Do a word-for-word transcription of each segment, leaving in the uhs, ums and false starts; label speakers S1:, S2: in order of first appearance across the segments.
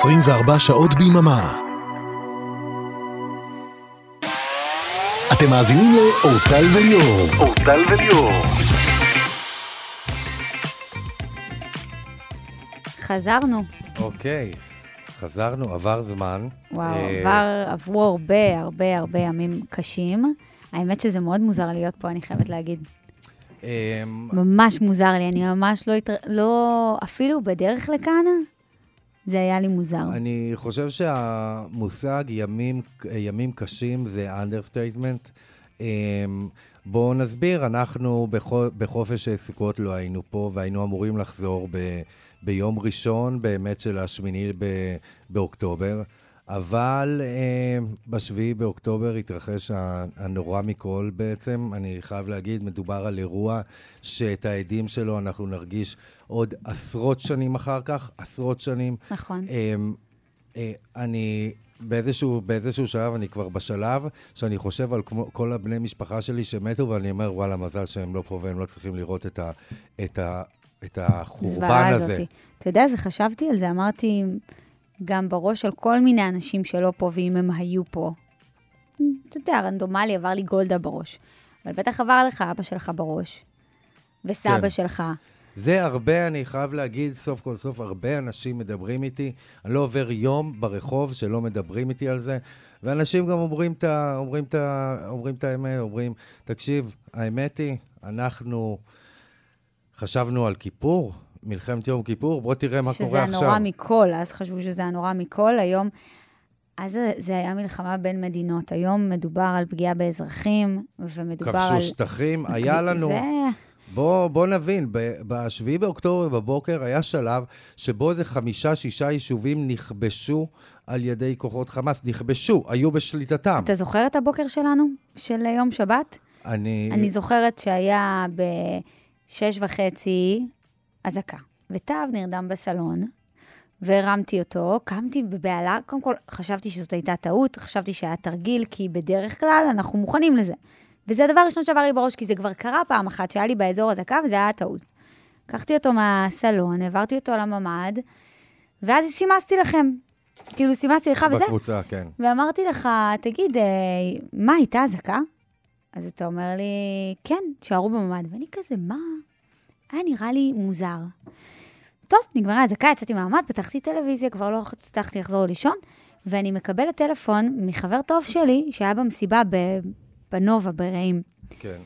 S1: עשרים וארבע שעות ביממה. אתם מאזינים לאורטל וליאור. אורטל וליאור.
S2: חזרנו.
S3: אוקיי, חזרנו, עבר זמן.
S2: וואו, עבר, עברו הרבה, הרבה, הרבה ימים קשים. האמת שזה מאוד מוזר להיות פה, אני חייבת להגיד. ממש מוזר לי, אני ממש לא, לא, אפילו בדרך לכאן, זה היה לי מוזר.
S3: אני חושב שהמושג ימים, ימים קשים זה understatement. בואו נסביר, אנחנו בחופש סוכות לא היינו פה, והיינו אמורים לחזור ב, ביום ראשון, באמת של השמיני באוקטובר, אבל אה, בשביעי באוקטובר התרחש הנורא מכל בעצם. אני חייב להגיד, מדובר על אירוע שאת העדים שלו אנחנו נרגיש עוד עשרות שנים אחר כך, עשרות שנים.
S2: נכון.
S3: אה, אה, אני באיזשהו, באיזשהו שלב, אני כבר בשלב שאני חושב על כמו, כל הבני משפחה שלי שמתו, ואני אומר, וואלה, מזל שהם לא פה והם לא צריכים לראות את, ה, את, ה, את החורבן הזה.
S2: הזאתי. אתה יודע, זה חשבתי על זה, אמרתי גם בראש על כל מיני אנשים שלא פה, ואם הם היו פה. אתה יודע, רנדומלי, עבר לי גולדה בראש. אבל בטח עבר לך אבא שלך בראש, וסבא כן. שלך.
S3: זה הרבה, אני חייב להגיד, סוף כל סוף, הרבה אנשים מדברים איתי. אני לא עובר יום ברחוב שלא מדברים איתי על זה. ואנשים גם אומרים את ה, אומרים את ה, אומרים את האמת, אומרים, תקשיב, האמת היא, אנחנו חשבנו על כיפור, מלחמת יום כיפור, בוא תראה מה קורה עכשיו.
S2: שזה הנורא מכל, אז חשבו שזה הנורא מכל. היום, אז זה היה מלחמה בין מדינות. היום מדובר על פגיעה באזרחים, ומדובר על...
S3: כבשו שטחים, היה לנו... זה... בוא, בוא נבין, בשביעי באוקטובר בבוקר היה שלב שבו זה חמישה, שישה יישובים נכבשו על ידי כוחות חמאס, נכבשו, היו בשליטתם.
S2: אתה זוכר את הבוקר שלנו, של יום שבת?
S3: אני...
S2: אני זוכרת שהיה בשש וחצי אזעקה, וטב נרדם בסלון, והרמתי אותו, קמתי בבעלה, קודם כל חשבתי שזאת הייתה טעות, חשבתי שהיה תרגיל, כי בדרך כלל אנחנו מוכנים לזה. וזה הדבר ראשון שעבר לי בראש, כי זה כבר קרה פעם אחת שהיה לי באזור הזקה, וזה היה טעות. לקחתי אותו מהסלון, העברתי אותו לממד, ואז סימסתי לכם. כאילו סימסתי לך וזה.
S3: בקבוצה, כן.
S2: ואמרתי לך, תגיד, מה הייתה הזקה? אז אתה אומר לי, כן, שערו בממד. ואני כזה, מה? היה נראה לי מוזר. טוב, נגמרה הזקה, יצאתי מהממד, פתחתי טלוויזיה, כבר לא הצלחתי לחזור לישון, ואני מקבלת טלפון מחבר טוב שלי, שהיה במסיבה ב... בנובה, ברעים.
S3: כן.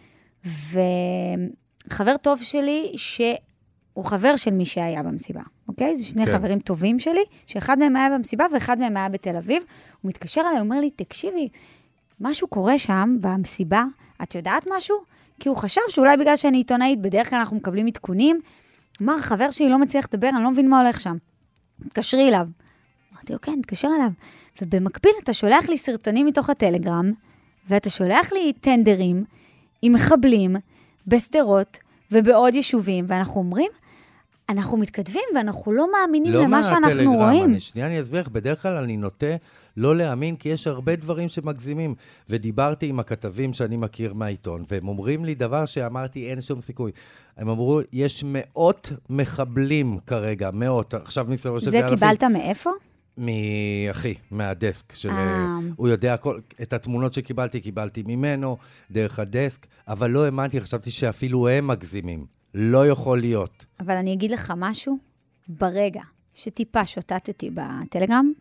S2: וחבר טוב שלי, שהוא חבר של מי שהיה במסיבה, אוקיי? זה שני כן. חברים טובים שלי, שאחד מהם היה במסיבה, ואחד מהם היה בתל אביב. הוא מתקשר אליי, הוא אומר לי, תקשיבי, משהו קורה שם, במסיבה, את יודעת משהו? כי הוא חשב שאולי בגלל שאני עיתונאית, בדרך כלל אנחנו מקבלים עדכונים, אמר, חבר שלי לא מצליח לדבר, אני לא מבין מה הולך שם. תקשרי אליו. אמרתי, אוקיי, נתקשר אליו. ובמקביל אתה שולח לי סרטונים מתוך הטלגרם, ואתה שולח לי טנדרים עם מחבלים בסדרות ובעוד יישובים, ואנחנו אומרים, אנחנו מתכתבים ואנחנו לא מאמינים לא למה שאנחנו רואים.
S3: אני, שנייה אני אסביר, בדרך כלל אני נוטה לא להאמין, כי יש הרבה דברים שמגזימים. ודיברתי עם הכתבים שאני מכיר מהעיתון, והם אומרים לי דבר שאמרתי, אין שום סיכוי. הם אמרו, יש מאות מחבלים כרגע, מאות. עכשיו מסתבר שזה...
S2: זה קיבלת מאיפה?
S3: מאחי, מהדסק, של, הוא יודע כל, את התמונות שקיבלתי, קיבלתי ממנו, דרך הדסק, אבל לא האמנתי, חשבתי שאפילו הם מגזימים. לא יכול להיות.
S2: אבל אני אגיד לך משהו, ברגע שטיפה שוטטתי בטלגרם,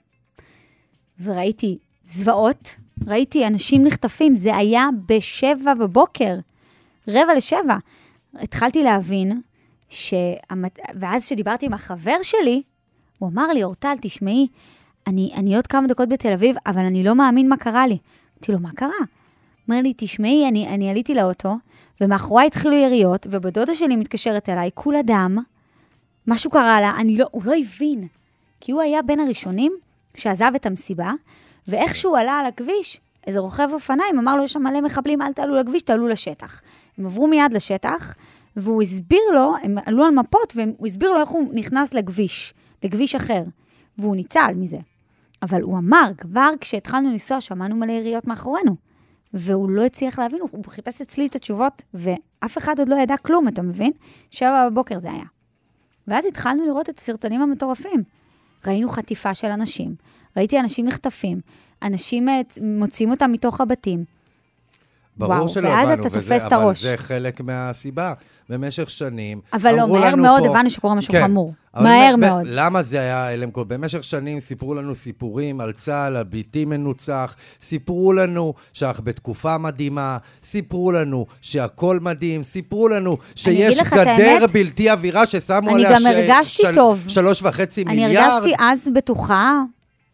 S2: וראיתי זוועות, ראיתי אנשים נחטפים, זה היה בשבע בבוקר, רבע לשבע. התחלתי להבין, שהמת... ואז שדיברתי עם החבר שלי, הוא אמר לי, אורטל, תשמעי, אני, אני עוד כמה דקות בתל אביב, אבל אני לא מאמין מה קרה לי. אמרתי לו, מה קרה? אומר לי, תשמעי, אני, אני עליתי לאוטו, ומאחורי התחילו יריות, ובדודה שלי מתקשרת אליי, כול אדם, משהו קרה לה, אני לא, הוא לא הבין, כי הוא היה בין הראשונים שעזב את המסיבה, ואיכשהו עלה על הכביש, איזה רוכב אופניים, אמר לו, יש שם מלא מחבלים, אל תעלו לכביש, תעלו לשטח. הם עברו מיד לשטח, והוא הסביר לו, הם עלו על מפות, והוא הסביר לו איך הוא נכנס לכביש. לכביש אחר, והוא ניצל מזה. אבל הוא אמר, כבר כשהתחלנו לנסוע, שמענו מלא יריות מאחורינו, והוא לא הצליח להבין, הוא חיפש אצלי את התשובות, ואף אחד עוד לא ידע כלום, אתה מבין? שבע בבוקר זה היה. ואז התחלנו לראות את הסרטונים המטורפים. ראינו חטיפה של אנשים, ראיתי אנשים נחטפים, אנשים מוצאים אותם מתוך הבתים.
S3: ברור שלא
S2: ואז
S3: הבנו,
S2: אתה תופס את הראש.
S3: אבל זה חלק מהסיבה. במשך שנים,
S2: אבל לא, מהר מאוד הבנו שקורה משהו חמור. מהר מאוד.
S3: למה זה היה אלם כל? במשך שנים סיפרו לנו סיפורים על צה"ל, על בלתי מנוצח, סיפרו לנו שאנחנו בתקופה מדהימה, סיפרו לנו שהכל מדהים, סיפרו לנו שיש גדר בלתי אווירה ששמו עליה שלוש וחצי מיליארד.
S2: אני הרגשתי אז בטוחה,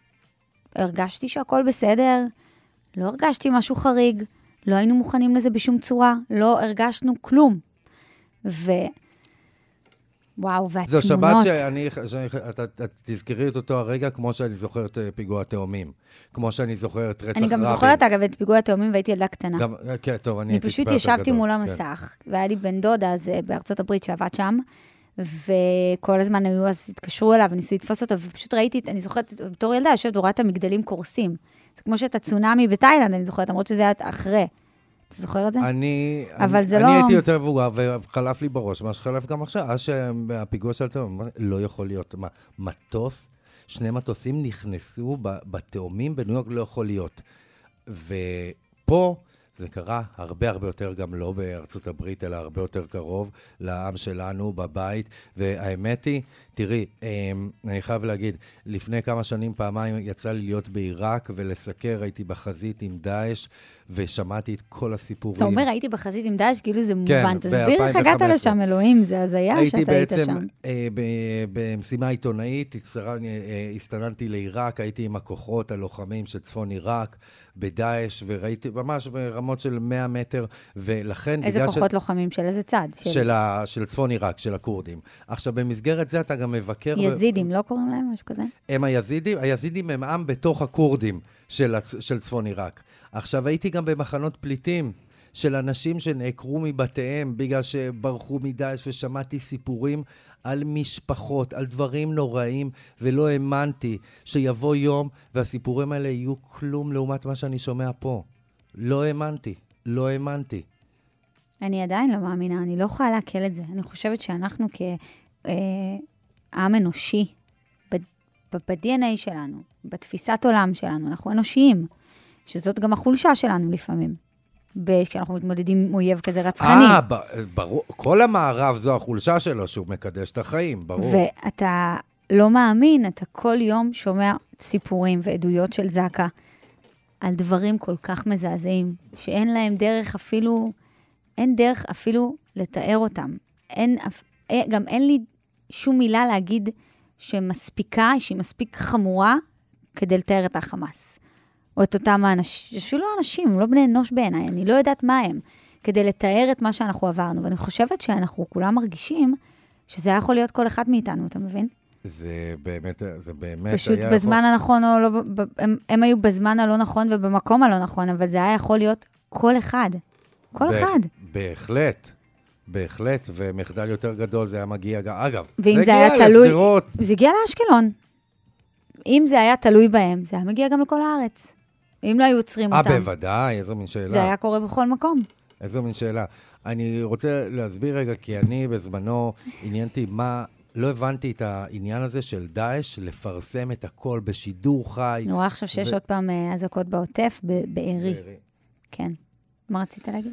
S2: הרגשתי שהכל בסדר, לא הרגשתי משהו חריג. לא היינו מוכנים לזה בשום צורה, לא הרגשנו כלום. ו... וואו, והתמונות...
S3: זו שבת שאני, אתה תזכרי את אותו הרגע, כמו שאני זוכר את פיגוע התאומים. כמו שאני זוכר את רצח רבין.
S2: אני גם זוכרת, אגב, את פיגוע התאומים, והייתי ילדה קטנה.
S3: גם, כן, טוב, אני הייתי
S2: אני פשוט ישבתי מול המסך, והיה לי בן דודה אז בארצות הברית שעבד שם, וכל הזמן היו, אז התקשרו אליו, וניסו לתפוס אותו, ופשוט ראיתי, אני זוכרת, בתור ילדה, יושבת ורואה את המגדלים קורסים. זה כמו שאת הצונאמי בתאילנד, אני זוכרת, למרות שזה היה אחרי. אתה זוכר את זה?
S3: אני,
S2: אבל
S3: אני,
S2: זה
S3: אני
S2: לא...
S3: הייתי יותר מבוגר, וחלף לי בראש, מה שחלף גם עכשיו, אז שהפיגוע של התאומים, לא יכול להיות. מה, מטוס, שני מטוסים נכנסו בתאומים בניו יורק, לא יכול להיות. ופה זה קרה הרבה הרבה יותר, גם לא בארצות הברית, אלא הרבה יותר קרוב לעם שלנו בבית, והאמת היא, תראי, אני חייב להגיד, לפני כמה שנים פעמיים יצא לי להיות בעיראק ולסקר, הייתי בחזית עם דאעש, ושמעתי את כל הסיפורים.
S2: אתה אומר, הייתי בחזית עם דאעש, כאילו זה מובן. תסביר איך הגעת לשם, אלוהים, זה הזיה שאתה היית שם.
S3: הייתי בעצם במשימה עיתונאית, הסתננתי לעיראק, הייתי עם הכוחות הלוחמים של צפון עיראק, בדאעש, וראיתי ממש ברמות של מאה מטר, ולכן...
S2: איזה כוחות לוחמים? של איזה צד?
S3: של צפון עיראק, של הכורדים. עכשיו, במסגרת זה אתה גם מבקר...
S2: יזידים, לא קוראים להם משהו כזה?
S3: הם היזידים, היזידים הם עם בתוך הכורדים של, של צפון עיראק. עכשיו הייתי גם במחנות פליטים של אנשים שנעקרו מבתיהם בגלל שברחו מדאעש, ושמעתי סיפורים על משפחות, על דברים נוראים, ולא האמנתי שיבוא יום והסיפורים האלה יהיו כלום לעומת מה שאני שומע פה. לא האמנתי, לא האמנתי.
S2: אני עדיין לא מאמינה, אני לא יכולה להקל את זה. אני חושבת שאנחנו כעם אנושי, ב-די אן איי שלנו, בתפיסת עולם שלנו, אנחנו אנושיים, שזאת גם החולשה שלנו לפעמים, כשאנחנו מתמודדים עם אויב כזה רצחני.
S3: אה, ברור, כל המערב זו החולשה שלו, שהוא מקדש את החיים, ברור.
S2: ואתה לא מאמין, אתה כל יום שומע סיפורים ועדויות של זקה, על דברים כל כך מזעזעים, שאין להם דרך אפילו, אין דרך אפילו לתאר אותם. אין, גם אין לי שום מילה להגיד שמספיקה, שהיא מספיק חמורה, כדי לתאר את החמאס. או את אותם האנשים, אפילו אנשים, הם לא בני אנוש בעיניי, אני לא יודעת מה הם, כדי לתאר את מה שאנחנו עברנו. ואני חושבת שאנחנו כולם מרגישים, שזה היה יכול להיות כל אחד מאיתנו, אתה מבין?
S3: זה באמת, זה באמת
S2: פשוט בזמן יכול... הנכון, או לא, הם, הם היו בזמן הלא נכון ובמקום הלא נכון, אבל זה היה יכול להיות כל אחד. כל
S3: ב-
S2: אחד.
S3: בהחלט. בהחלט, ומחדל יותר גדול, זה היה מגיע, אגב,
S2: ואם זה היה תלוי, זה הגיע לאשקלון. אם זה היה תלוי בהם, זה היה מגיע גם לכל הארץ. אם לא היו עוצרים אותם.
S3: אה, בוודאי, איזו מין שאלה.
S2: זה היה קורה בכל מקום.
S3: איזו מין שאלה. אני רוצה להסביר רגע, כי אני בזמנו עניינתי מה, לא הבנתי את העניין הזה של דאעש, לפרסם את הכל בשידור חי. אני
S2: רואה עכשיו שיש עוד פעם אזעקות בעוטף, בארי. כן. מה רצית להגיד?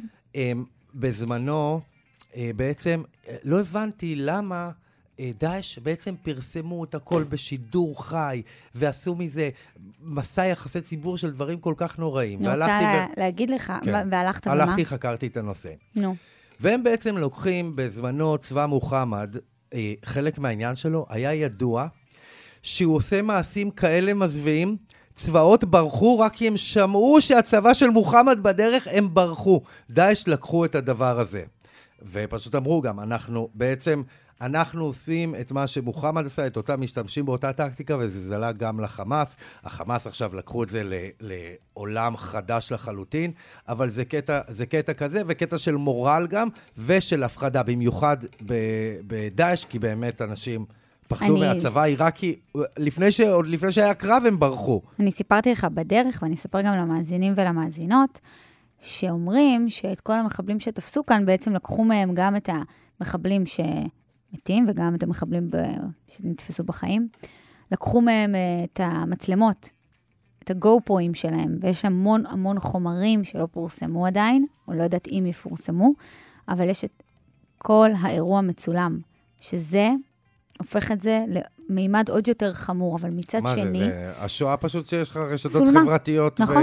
S3: בזמנו, בעצם, לא הבנתי למה דאעש בעצם פרסמו את הכל בשידור חי, ועשו מזה מסע יחסי ציבור של דברים כל כך נוראים.
S2: אני רוצה להגיד לך, והלכת ומה?
S3: הלכתי, חקרתי את הנושא.
S2: נו.
S3: והם בעצם לוקחים בזמנו צבא מוחמד, חלק מהעניין שלו היה ידוע, שהוא עושה מעשים כאלה מזוויעים, צבאות ברחו, רק כי הם שמעו שהצבא של מוחמד בדרך, הם ברחו. דאעש לקחו את הדבר הזה. ופשוט אמרו גם, אנחנו בעצם, אנחנו עושים את מה שמוחמד עשה, את אותם משתמשים באותה טקטיקה, וזה זלה גם לחמאס. החמאס עכשיו לקחו את זה לעולם חדש לחלוטין, אבל זה קטע, זה קטע כזה, וקטע של מורל גם, ושל הפחדה, במיוחד בדאעש, כי באמת אנשים פחדו מהצבא העיראקי, לפני ש... עוד לפני שהיה קרב הם ברחו.
S2: אני סיפרתי לך בדרך, ואני אספר גם למאזינים ולמאזינות, שאומרים שאת כל המחבלים שתפסו כאן, בעצם לקחו מהם גם את המחבלים שמתים, וגם את המחבלים ב... שנתפסו בחיים, לקחו מהם את המצלמות, את הגו-פרואים שלהם, ויש המון המון חומרים שלא פורסמו עדיין, או לא יודעת אם יפורסמו, אבל יש את כל האירוע מצולם, שזה הופך את זה למימד עוד יותר חמור, אבל מצד
S3: מה
S2: שני...
S3: מה זה? השואה פשוט שיש לך רשתות
S2: צולמה.
S3: חברתיות
S2: נכון.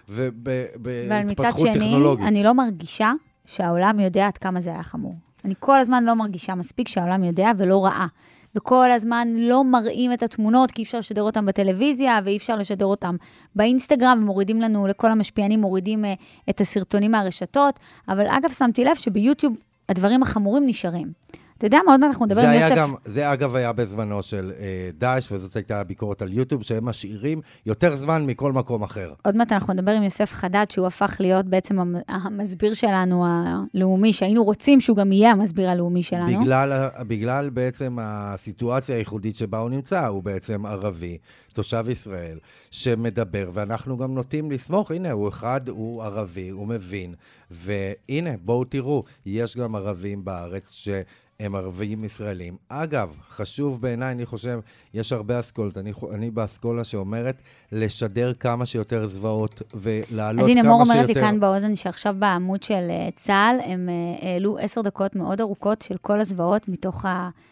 S3: ובהתפתחות טכנולוגית.
S2: אני לא מרגישה שהעולם יודע עד כמה זה היה חמור. אני כל הזמן לא מרגישה מספיק שהעולם יודע ולא ראה. וכל הזמן לא מראים את התמונות, כי אי אפשר לשדר אותם בטלוויזיה, ואי אפשר לשדר אותם באינסטגרם, ומורידים לנו, לכל המשפיענים מורידים את הסרטונים מהרשתות. אבל אגב, שמתי לב שביוטיוב הדברים החמורים נשארים. אתה יודע מה, עוד מעט אנחנו נדבר עם יוסף.
S3: גם, זה אגב היה בזמנו של אה, דאעש, וזאת הייתה הביקורת על יוטיוב, שהם משאירים יותר זמן מכל מקום אחר.
S2: עוד מעט אנחנו נדבר עם יוסף חדד, שהוא הפך להיות בעצם המסביר שלנו הלאומי, שהיינו רוצים שהוא גם יהיה המסביר הלאומי שלנו.
S3: בגלל, בגלל בעצם הסיטואציה הייחודית שבה הוא נמצא, הוא בעצם ערבי, תושב ישראל, שמדבר, ואנחנו גם נוטים לסמוך, הנה, הוא אחד, הוא ערבי, הוא מבין, והנה, בואו תראו, יש גם ערבים בארץ ש... הם ערבים ישראלים. אגב, חשוב בעיניי, אני חושב, יש הרבה אסכולות. אני, אני באסכולה שאומרת לשדר כמה שיותר זוועות ולהעלות כמה שיותר...
S2: אז הנה, מור אומרת לי כאן באוזן שעכשיו בעמוד של צה"ל, הם העלו עשר דקות מאוד ארוכות של כל הזוועות מתוך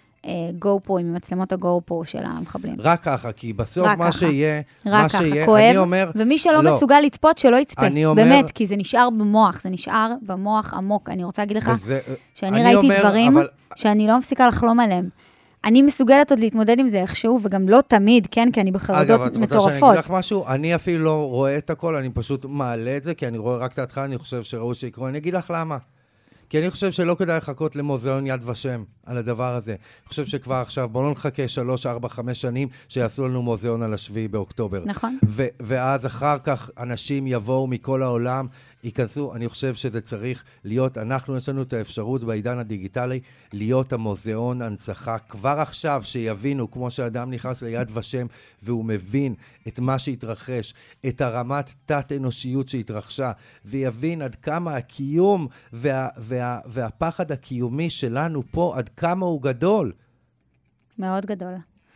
S2: הגו-פרו, עם מצלמות הגו-פרו של המחבלים.
S3: רק ככה, כי בסוף מה
S2: ככה.
S3: שיהיה,
S2: רק
S3: מה
S2: ככה,
S3: שיהיה,
S2: כואב,
S3: אני אומר...
S2: ומי שלא
S3: לא.
S2: מסוגל לצפות, שלא יצפה.
S3: אומר,
S2: באמת, כי זה נשאר במוח, זה נשאר במוח עמוק. אני רוצה להגיד לך
S3: וזה,
S2: שאני ראיתי
S3: אומר,
S2: דברים
S3: אבל...
S2: שאני לא מפסיקה לחלום עליהם. אני מסוגלת עוד להתמודד עם זה איכשהו, וגם לא תמיד, כן, כי אני בחרדות מטורפות. אגב, את רוצה שאני אגיד לך
S3: משהו? אני אפילו לא רואה את הכל, אני פשוט מעלה את זה, כי אני רואה רק את ההתחלה, אני חושב שראו שיקרו. אני אגיד לך למה. כי אני חושב שלא כדאי לחכות למוזיאון יד ושם על הדבר הזה. אני חושב שכבר עכשיו, בואו לא נחכה שלוש, ארבע, חמש שנים שיעשו לנו מוזיאון על השביעי באוקטובר.
S2: נכון.
S3: ו- ואז אחר כך אנשים יבואו מכל העולם, ייכנסו. אני חושב שזה צריך להיות, אנחנו יש לנו את האפשרות בעידן הדיגיטלי, להיות המוזיאון הנצחה כבר עכשיו, שיבינו, כמו שאדם נכנס ליד ושם, והוא מבין את מה שהתרחש, את הרמת תת-אנושיות שהתרחשה, ויבין עד כמה הקיום וה, וה, והפחד הקיומי שלנו פה, עד כמה הוא גדול.
S2: מאוד גדול.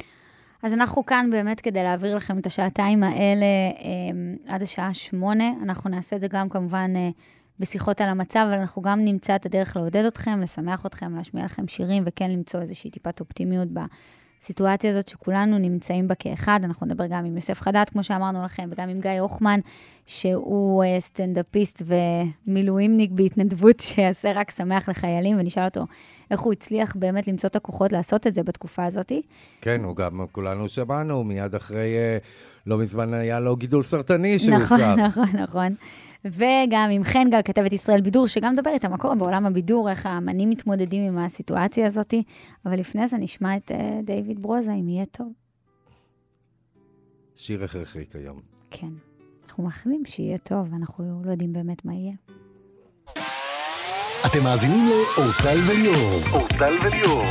S2: אז אנחנו כאן באמת כדי להעביר לכם את השעתיים האלה אה, עד השעה שמונה. אנחנו נעשה את זה גם כמובן אה, בשיחות על המצב, אבל אנחנו גם נמצא את הדרך לעודד אתכם, לשמח אתכם, להשמיע לכם שירים, וכן למצוא איזושהי טיפת אופטימיות בסיטואציה הזאת שכולנו נמצאים בה כאחד. אנחנו נדבר גם עם יוסף חדד, כמו שאמרנו לכם, וגם עם גיא אוחמן, שהוא אה, סטנדאפיסט ומילואימניק בהתנדבות, שיעשה רק שמח לחיילים, ונשאל אותו איך הוא הצליח באמת למצוא את הכוחות לעשות את זה בתקופה הזאת.
S3: כן, הוא גם כולנו שמענו, מיד אחרי, לא מזמן היה לו גידול סרטני שהוא
S2: נכון,
S3: שר.
S2: נכון, נכון. וגם עם חן גל, כתבת ישראל בידור, שגם מדבר איתה מה קורה בעולם הבידור, איך האמנים מתמודדים עם הסיטואציה הזאת. אבל לפני זה נשמע את uh, דיוויד ברוזה, אם יהיה טוב.
S3: שיר הכרחי כיום.
S2: כן. אנחנו מאחלים שיהיה טוב, אנחנו לא יודעים באמת מה יהיה.
S1: אתם מאזינים לאורטל וליאור. אורטל וליאור.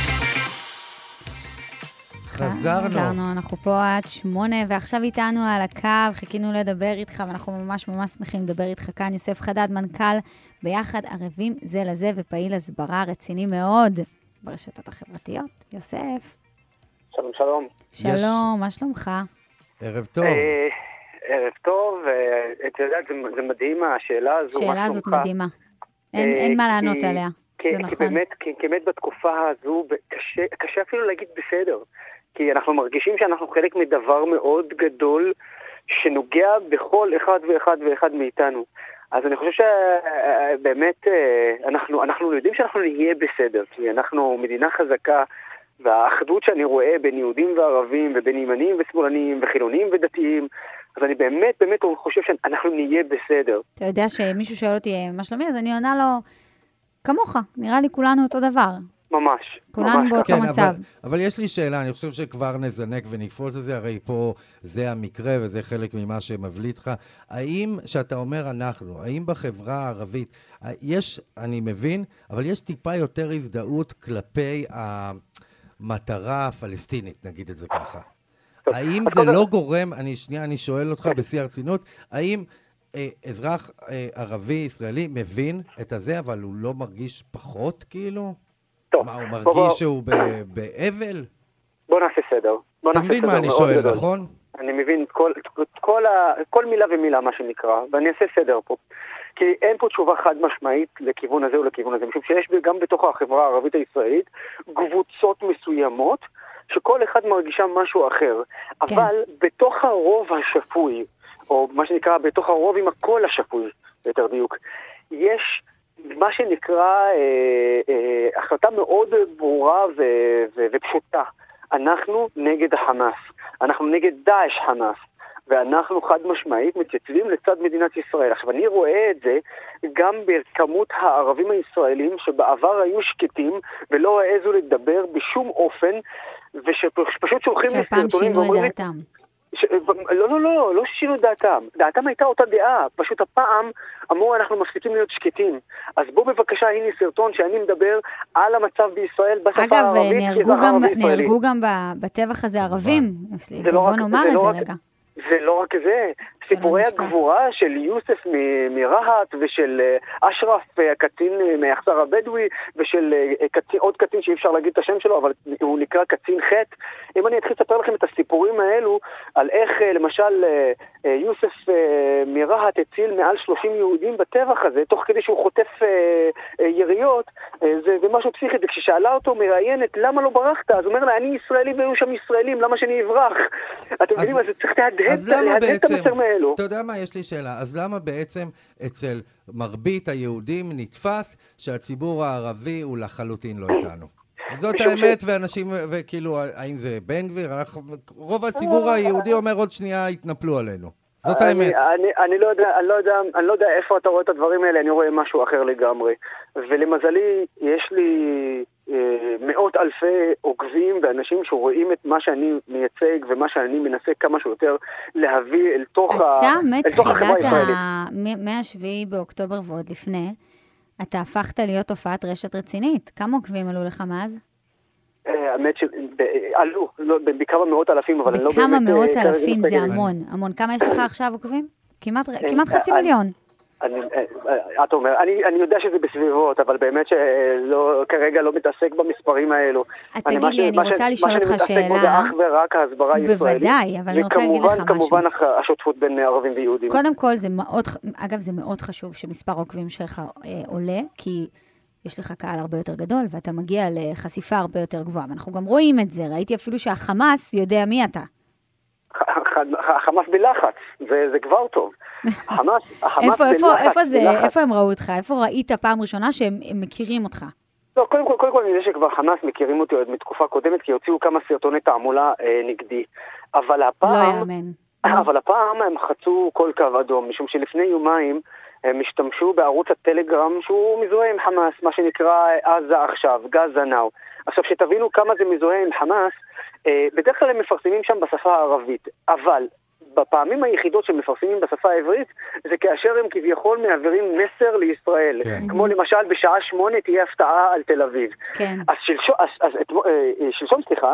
S3: חזרנו.
S2: חזרנו, אנחנו פה עד שמונה, ועכשיו איתנו על הקו, חיכינו לדבר איתך, ואנחנו ממש ממש שמחים לדבר איתך כאן. יוסף חדד, מנכ"ל ביחד ערבים זה לזה, ופעיל הסברה רציני מאוד ברשתות החברתיות. יוסף.
S4: שלום, שלום.
S2: שלום, מה שלומך?
S3: ערב טוב.
S4: ערב טוב, אתה יודע, זה מדהים השאלה הזו.
S2: השאלה הזאת מדהימה. אין מה לענות עליה, זה נכון.
S4: כי באמת בתקופה הזו, קשה אפילו להגיד בסדר. כי אנחנו מרגישים שאנחנו חלק מדבר מאוד גדול, שנוגע בכל אחד ואחד ואחד מאיתנו. אז אני חושב שבאמת, אנחנו, אנחנו יודעים שאנחנו נהיה בסדר, כי אנחנו מדינה חזקה, והאחדות שאני רואה בין יהודים וערבים, ובין ימנים ושמאלנים, וחילונים ודתיים, אז אני באמת, באמת חושב שאנחנו נהיה בסדר.
S2: אתה יודע שמישהו שואל אותי מה שלומי, אז אני עונה לו, כמוך, נראה לי כולנו אותו דבר.
S4: ממש.
S2: כולנו
S4: ממש
S2: באותו
S3: כן,
S2: מצב.
S3: אבל, אבל יש לי שאלה, אני חושב שכבר נזנק ונקפוץ את זה, הרי פה זה המקרה וזה חלק ממה שמבליט לך. האם, שאתה אומר אנחנו, האם בחברה הערבית, יש, אני מבין, אבל יש טיפה יותר הזדהות כלפי המטרה הפלסטינית, נגיד את זה ככה. האם זה לא גורם, אני שנייה, אני שואל אותך בשיא הרצינות, האם אה, אזרח אה, ערבי ישראלי מבין את הזה, אבל הוא לא מרגיש פחות כאילו?
S4: טוב,
S3: מה, הוא
S4: בוא,
S3: מרגיש
S4: בוא,
S3: שהוא באבל?
S4: בוא נעשה סדר.
S3: אתה מבין מה אני שואל, נכון?
S4: אני מבין כל, כל, כל מילה ומילה, מה שנקרא, ואני אעשה סדר פה. כי אין פה תשובה חד משמעית לכיוון הזה או לכיוון הזה, משום שיש גם בתוך החברה הערבית הישראלית קבוצות מסוימות, שכל אחד מרגישה משהו אחר. כן. אבל בתוך הרוב השפוי, או מה שנקרא בתוך הרוב עם הקול השפוי, יותר דיוק, יש מה שנקרא אה, אה, החלטה מאוד ברורה ו, ו, ופשוטה. אנחנו נגד החמאס, אנחנו נגד דאעש חמאס, ואנחנו חד משמעית מתייצבים לצד מדינת ישראל. עכשיו אני רואה את זה גם בכמות הערבים הישראלים שבעבר היו שקטים ולא העזו לדבר בשום אופן, ושפשוט שולחים לי סרטונים.
S2: שהפעם שינו את דעתם.
S4: ש... לא, לא, לא, לא שינו את דעתם. דעתם הייתה אותה דעה, פשוט הפעם אמרו אנחנו מפסיקים להיות שקטים. אז בוא בבקשה, הנה סרטון שאני מדבר על המצב בישראל בשפה
S2: אגב,
S4: הערבית.
S2: אגב, נהרגו גם, נהרגו גם בטבח הזה ערבים. בוא נאמר את זה רגע.
S4: זה לא רק זה, סיפורי הגבורה של יוסף מרהט ושל אשרף, הקצין מהיחצר הבדואי, ושל קצין, עוד קצין שאי אפשר להגיד את השם שלו, אבל הוא נקרא קצין חטא. אם אני אתחיל לספר לכם את הסיפורים האלו, על איך למשל יוסף מרהט הציל מעל שלושים יהודים בטבח הזה, תוך כדי שהוא חוטף יריות, זה, זה משהו פסיכי, וכששאלה אותו מראיינת, למה לא ברחת? אז הוא אומר לה, אני ישראלי והיו שם ישראלים, למה שאני אברח? אתם מבינים, אז צריך להדהד.
S3: אז למה בעצם, אתה יודע מה, יש לי שאלה, אז למה בעצם אצל מרבית היהודים נתפס שהציבור הערבי הוא לחלוטין לא איתנו? זאת האמת, ואנשים, וכאילו, האם זה בן גביר? רוב הציבור היהודי אומר עוד שנייה התנפלו עלינו. זאת האמת.
S4: אני לא יודע, אני לא יודע, אני לא יודע איפה אתה רואה את הדברים האלה, אני רואה משהו אחר לגמרי. ולמזלי, יש לי מאות אלפי עוקבים ואנשים שרואים את מה שאני מייצג ומה שאני מנסה כמה שיותר להביא אל תוך החברה הישראלית.
S2: מהשביעי באוקטובר ועוד לפני, אתה הפכת להיות תופעת רשת רצינית. כמה עוקבים עלו לך מאז?
S4: האמת שעלו, בכמה מאות אלפים, אבל לא באמת...
S2: בכמה מאות אלפים זה המון, המון. כמה יש לך עכשיו עוקבים? כמעט חצי מיליון.
S4: את אומר, אני, אני יודע שזה בסביבות, אבל באמת שלא, כרגע לא מתעסק במספרים האלו.
S2: תגיד לי, אני רוצה לשאול אותך שאלה.
S4: מה שאני מתעסק בו זה אך ורק ההסברה הישראלית.
S2: בוודאי, אבל אני רוצה להגיד לך משהו.
S4: וכמובן השותפות בין ערבים ויהודים.
S2: קודם כל, זה מאוד, אגב, זה מאוד חשוב שמספר עוקבים שלך עולה, כי יש לך קהל הרבה יותר גדול, ואתה מגיע לחשיפה הרבה יותר גבוהה. ואנחנו גם רואים את זה, ראיתי אפילו שהחמאס יודע מי אתה.
S4: החמאס בלחץ, זה כבר טוב.
S2: איפה, איפה, איפה זה, איפה הם ראו אותך? איפה ראית פעם ראשונה שהם מכירים אותך?
S4: לא, קודם כל, קודם כל אני יודע שכבר חמאס מכירים אותי עוד מתקופה קודמת, כי הוציאו כמה סרטוני תעמולה נגדי. אבל הפעם...
S2: לא יאמן.
S4: אבל הפעם הם חצו כל קו אדום, משום שלפני יומיים הם השתמשו בערוץ הטלגרם שהוא מזוהה עם חמאס, מה שנקרא עזה עכשיו, גאזה נאו. עכשיו שתבינו כמה זה מזוהה עם חמאס, בדרך כלל הם מפרסמים שם בשפה הערבית, אבל בפעמים היחידות שהם מפרסמים בשפה העברית, זה כאשר הם כביכול מעבירים מסר לישראל. כן. כמו למשל בשעה שמונה תהיה הפתעה על תל אביב. כן. אז שלשום, אז, אז, שלשום סליחה,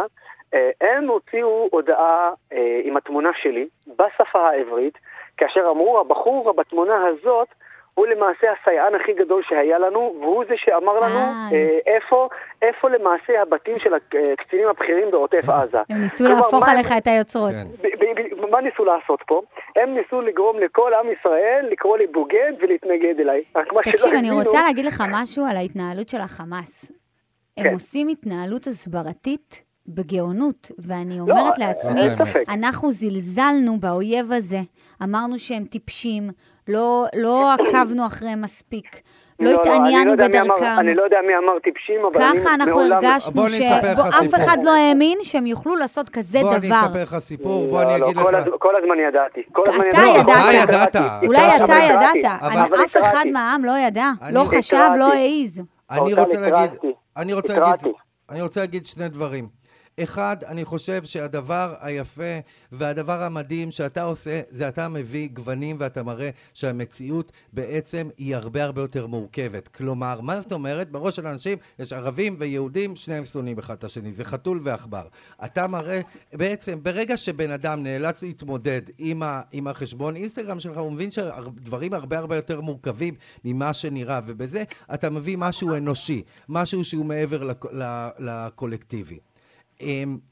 S4: הם הוציאו הודעה עם התמונה שלי בשפה העברית, כאשר אמרו, הבחור בתמונה הזאת, הוא למעשה הסייען הכי גדול שהיה לנו, והוא זה שאמר לנו איפה, איפה למעשה הבתים של הקצינים הבכירים בעוטף עזה.
S2: הם ניסו להפוך עליך את היוצרות.
S4: מה ניסו לעשות פה? הם ניסו לגרום לכל עם ישראל, לקרוא לי בוגד ולהתנגד אליי.
S2: תקשיב, אני רוצה להגיד לך משהו על ההתנהלות של החמאס. הם עושים התנהלות הסברתית בגאונות, ואני אומרת לעצמי, אנחנו זלזלנו באויב הזה, אמרנו שהם טיפשים, לא, לא עקבנו אחריהם מספיק, לא התעניינו בדרכם.
S4: אני לא יודע מי אמר טיפשים, אבל
S2: ככה אנחנו הרגשנו שאף אחד לא האמין שהם יוכלו לעשות כזה דבר.
S3: בוא אני אספר לך סיפור, בוא אני אגיד לך.
S4: כל הזמן ידעתי.
S2: אתה ידעת, אולי אתה ידעת, אבל אף אחד מהעם לא ידע, לא חשב, לא העיז.
S3: אני רוצה להגיד, אני רוצה להגיד, אני רוצה להגיד שני דברים. אחד, אני חושב שהדבר היפה והדבר המדהים שאתה עושה, זה אתה מביא גוונים ואתה מראה שהמציאות בעצם היא הרבה הרבה יותר מורכבת. כלומר, מה זאת אומרת? בראש של אנשים יש ערבים ויהודים, שניהם שונאים אחד את השני, זה חתול ועכבר. אתה מראה, בעצם, ברגע שבן אדם נאלץ להתמודד עם, ה, עם החשבון אינסטגרם שלך, הוא מבין שדברים הרבה הרבה יותר מורכבים ממה שנראה, ובזה אתה מביא משהו אנושי, משהו שהוא מעבר לקולקטיבי.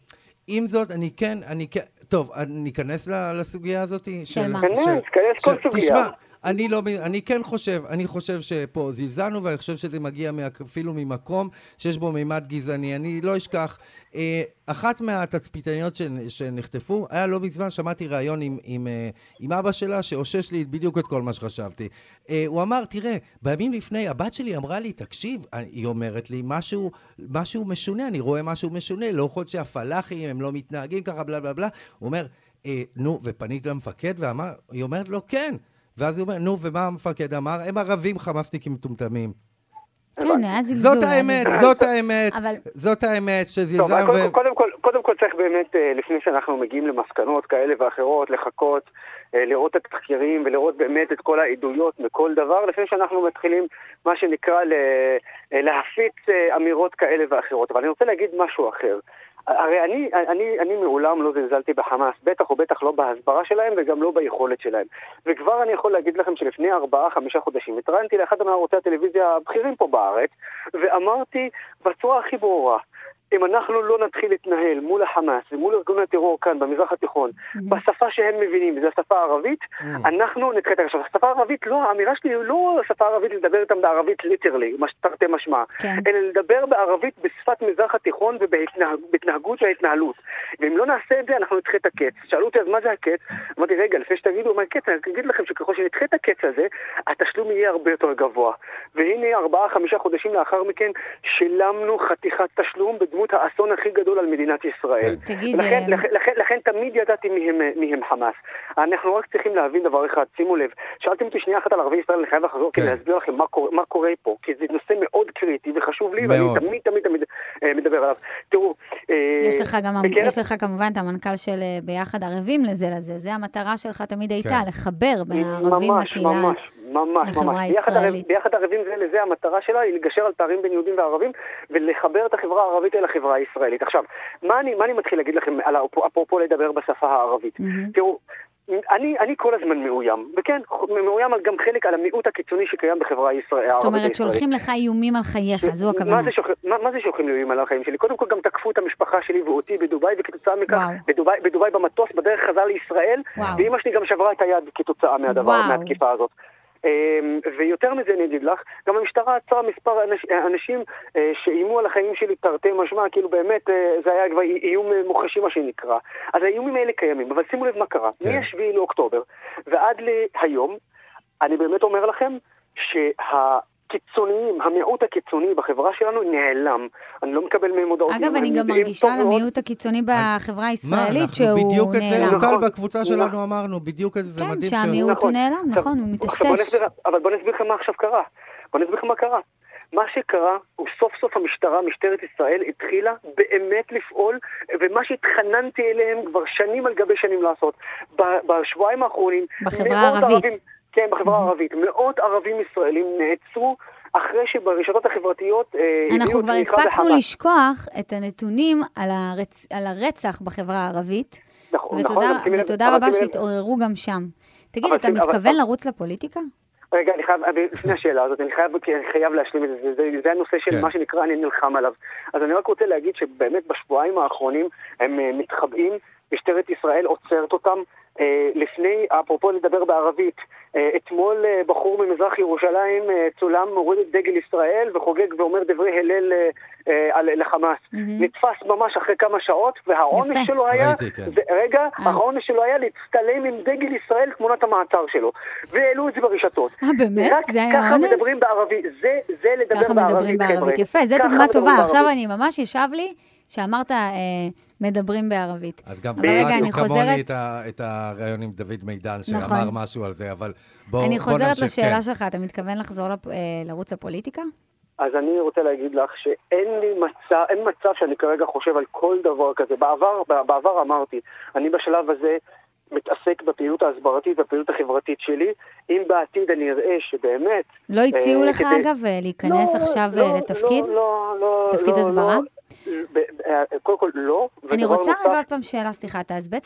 S3: עם זאת, אני כן, אני כן, טוב, ניכנס לסוגיה הזאת?
S2: של מה?
S4: כנס, כנס כל סוגיה.
S3: תשמע, אני לא, אני כן חושב, אני חושב שפה זלזלנו, ואני חושב שזה מגיע אפילו ממקום שיש בו מימד גזעני. אני לא אשכח, אחת מהתצפיתניות שנחטפו, היה לא מזמן, שמעתי ראיון עם, עם, עם אבא שלה, שאושש לי בדיוק את כל מה שחשבתי. הוא אמר, תראה, בימים לפני, הבת שלי אמרה לי, תקשיב, היא אומרת לי, משהו, משהו משונה, אני רואה משהו משונה, לא יכול שהפלאחים, הם לא מתנהגים ככה, בלה בלה בלה. הוא אומר, נו, ופנית למפקד, ואמר, היא אומרת לו, כן. ואז הוא אומר, נו, ומה המפקד אמר? הם ערבים חמאסניקים מטומטמים.
S2: כן, היה זלזול.
S3: זאת האמת, זאת האמת, זאת האמת שזלזל.
S4: קודם כל צריך באמת, לפני שאנחנו מגיעים למסקנות כאלה ואחרות, לחכות, לראות את התחקירים ולראות באמת את כל העדויות מכל דבר, לפני שאנחנו מתחילים מה שנקרא להפיץ אמירות כאלה ואחרות. אבל אני רוצה להגיד משהו אחר. הרי אני, אני, אני מעולם לא זלזלתי בחמאס, בטח או בטח לא בהסברה שלהם וגם לא ביכולת שלהם. וכבר אני יכול להגיד לכם שלפני ארבעה, חמישה חודשים התראיינתי לאחד מערוצי הטלוויזיה הבכירים פה בארץ, ואמרתי בצורה הכי ברורה, אם אנחנו לא נתחיל להתנהל מול החמאס ומול ארגון הטרור כאן במזרח התיכון, mm-hmm. בשפה שהם מבינים, וזו השפה הערבית, mm-hmm. אנחנו נתחיל את עכשיו. השפה הערבית, לא, האמירה שלי היא לא השפה הערבית לדבר איתם בערבית ליטרלי, תרתי משמע, כן. אלא לדבר בערבית בשפת מזרח התיכון ובהתנהגות וההתנהלות. ואם לא נעשה את זה, אנחנו נתחיל את הקץ. שאלו אותי, אז מה זה הקץ? אמרתי, רגע, לפני שתגידו מה הקץ, אני אגיד לכם שככל שנתחיל את הקץ הזה, התשלום יהיה הרבה יותר גבוה. והנה ארבעה, חמישה חודשים לאחר מכן, שילמנו חתיכת תשלום בדמות האסון הכי גדול על מדינת ישראל.
S2: תגיד...
S4: לכן, לכן, לכן, לכן תמיד ידעתי מהם, מהם חמאס. אנחנו רק צריכים להבין דבר אחד, שימו לב. שאלתם אותי שנייה אחת על ערבי ישראל, אני חייב לחזור כדי להסביר לכם מה קורה, מה קורה פה, כי זה נושא מאוד קריטי וחשוב לי, ואני תמיד תמיד תמיד מדבר עליו. תראו...
S2: יש לך גם, יש לך כמובן את המנכ"ל של ביחד ערבים לזה לזה, זה המטרה שלך תמיד הייתה, לחבר בין הערבים לקהילה.
S4: ממש, ממש, ממש. ביחד ערבים זה לזה, המטרה שלה היא לגשר על פערים בין יהודים וערבים, ולחבר את החברה הערבית אל החברה הישראלית. עכשיו, מה אני, מה אני מתחיל להגיד לכם, על אפרופו לדבר בשפה הערבית? תראו, אני, אני כל הזמן מאוים, וכן, מאוים גם חלק על המיעוט הקיצוני שקיים בחברה הישראלית.
S2: זאת אומרת, שולחים לך איומים על חייך, זו הכוונה.
S4: מה זה, שולח, מה, מה זה שולחים לי איומים על החיים שלי? קודם כל גם תקפו את המשפחה שלי ואותי בדוביי, וכתוצאה מכך, בדוביי, בדוביי במטוס, בדרך חזר לישראל, ואמא שלי גם שברה את היד כתוצאה מהדבר, מהתקיפה הזאת. ויותר מזה אני אגיד לך, גם המשטרה עצרה מספר אנשים שאימו על החיים שלי תרתי משמע, כאילו באמת זה היה כבר איום מוחשי מה שנקרא. אז האיומים האלה קיימים, אבל שימו לב מה קרה. מ-השביעי לאוקטובר ועד להיום, אני באמת אומר לכם שהקיצוניים, המיעוט הקיצוני בחברה שלנו נעלם. אני לא מקבל מהם הודעות.
S2: אגב, אני גם מרגישה על המיעוט הקיצוני בחברה הישראלית שהוא נעלם.
S3: בדיוק את זה, כאן בקבוצה שלנו אמרנו, בדיוק את זה, זה מדהים.
S2: כן, שהמיעוט הוא נעלם, נכון, הוא מטשטש.
S4: אבל בוא נסביר לכם מה עכשיו קרה. בוא נסביר לכם מה קרה. מה שקרה הוא סוף סוף המשטרה, משטרת ישראל, התחילה באמת לפעול, ומה שהתחננתי אליהם כבר שנים על גבי שנים לעשות. בשבועיים האחרונים,
S2: בחברה הערבית.
S4: כן, בחברה הערבית. מאות ערבים ישראלים נעצרו אחרי שברשתות החברתיות...
S2: אנחנו כבר הספקנו לשכוח את הנתונים על, הרצ... על הרצח בחברה הערבית,
S4: נכון,
S2: ותודה,
S4: נכון,
S2: ותודה רבה שהתעוררו גם שם. תגיד, אתה מתכוון לרוץ לפוליטיקה?
S4: רגע, אני חייב, לפני השאלה הזאת, אני חייב, אני חייב להשלים את זה, זה, זה הנושא של מה שנקרא, אני נלחם עליו. אז אני רק רוצה להגיד שבאמת בשבועיים האחרונים הם מתחבאים, משטרת ישראל עוצרת אותם, לפני, אפרופו לדבר בערבית, אתמול בחור ממזרח ירושלים צולם מוריד את דגל ישראל וחוגג ואומר דברי הלל לחמאס. נתפס ממש אחרי כמה שעות, והעונש שלו היה, רגע, העונש שלו היה להצטלם עם דגל ישראל תמונת המעצר שלו. והעלו את זה ברשתות.
S2: אה, באמת? זה היה
S4: ככה
S2: עונש?
S4: מדברים בערבית. זה לדבר בערבית.
S2: ככה מדברים בערבית. יפה, זו דוגמה טובה. עכשיו אני ממש ישב לי שאמרת מדברים בערבית.
S3: אז גם קראנו כמוני את הרעיון עם דוד מידן, שאמר משהו על זה, אבל בואו...
S2: אני חוזרת לשאלה שלך, אתה מתכוון לחזור לרוץ לפוליטיקה?
S4: אז אני רוצה להגיד לך שאין לי מצב, אין מצב שאני כרגע חושב על כל דבר כזה. בעבר, בעבר אמרתי, אני בשלב הזה מתעסק בפעילות ההסברתית והפעילות החברתית שלי, אם בעתיד אני אראה שבאמת...
S2: לא הציעו לך אגב להיכנס עכשיו לתפקיד?
S4: לא, לא,
S2: תפקיד הסברה?
S4: קודם כל לא.
S2: אני רוצה רגע עוד פעם שאלה, סליחה, אז בעצם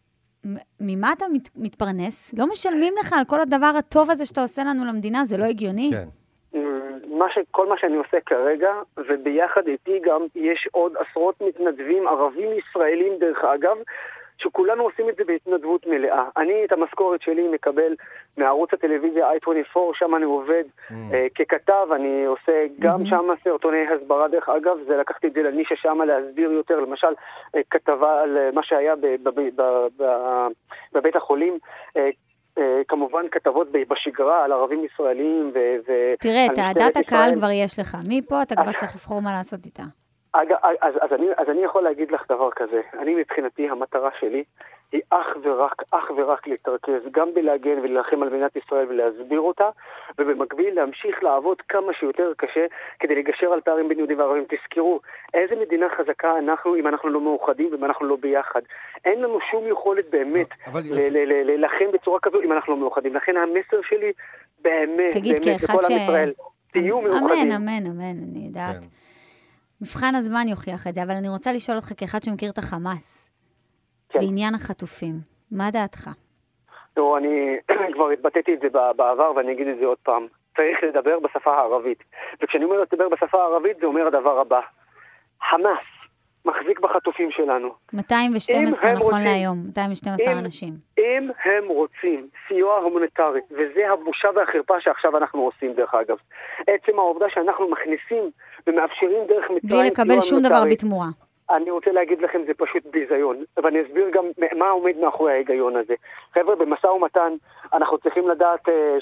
S2: ממה אתה מתפרנס? לא משלמים לך על כל הדבר הטוב הזה שאתה עושה לנו למדינה? זה לא הגיוני?
S3: כן.
S4: מה ש, כל מה שאני עושה כרגע, וביחד איתי גם יש עוד עשרות מתנדבים ערבים ישראלים דרך אגב, שכולנו עושים את זה בהתנדבות מלאה. אני את המשכורת שלי מקבל מערוץ הטלוויזיה איי עשרים וארבע, שם אני עובד mm. uh, ככתב, אני עושה גם mm-hmm. שם סרטוני הסברה דרך אגב, זה לקחתי את זה לנישה שם להסביר יותר, למשל uh, כתבה על uh, מה שהיה ב- ב- ב- ב- ב- בבית החולים, uh, uh, כמובן כתבות בשגרה על ערבים ישראלים ו... ו-
S2: תראה, את העדת הקהל כבר יש לך, מפה אתה כבר צריך לבחור מה לעשות איתה.
S4: אז, אז, אז, אני, אז אני יכול להגיד לך דבר כזה, אני מבחינתי המטרה שלי היא אך ורק, אך ורק להתרכז גם בלהגן ולהילחם על מדינת ישראל ולהסביר אותה, ובמקביל להמשיך לעבוד כמה שיותר קשה כדי לגשר על פערים בין יהודים וערבים. תזכרו, איזה מדינה חזקה אנחנו אם אנחנו לא מאוחדים ואם אנחנו לא ביחד. אין לנו שום יכולת באמת להילחם בצורה כזו אם אנחנו לא מאוחדים. לכן המסר שלי באמת, באמת לכל עם ישראל, תהיו מאוחדים.
S2: אמן, אמן, אמן, אני יודעת. מבחן הזמן יוכיח את זה, אבל אני רוצה לשאול אותך כאחד שמכיר את החמאס, כן. בעניין החטופים. מה דעתך?
S4: לא, אני כבר התבטאתי את זה בעבר, ואני אגיד את זה עוד פעם. צריך לדבר בשפה הערבית. וכשאני אומר לדבר בשפה הערבית, זה אומר הדבר הבא. חמאס מחזיק בחטופים שלנו.
S2: מאתיים ושתים עשרה נכון רוצים, להיום, מאתיים ושתים עשרה אם, אנשים.
S4: אם הם רוצים סיוע הומניטרי, וזה הבושה והחרפה שעכשיו אנחנו עושים דרך אגב, עצם העובדה שאנחנו מכניסים ומאפשרים דרך מצרים
S2: בלי לקבל שום דבר בתמורה.
S4: אני רוצה להגיד לכם, זה פשוט ביזיון, ואני אסביר גם מה עומד מאחורי ההיגיון הזה. חבר'ה, במשא ומתן, אנחנו צריכים לדעת אה,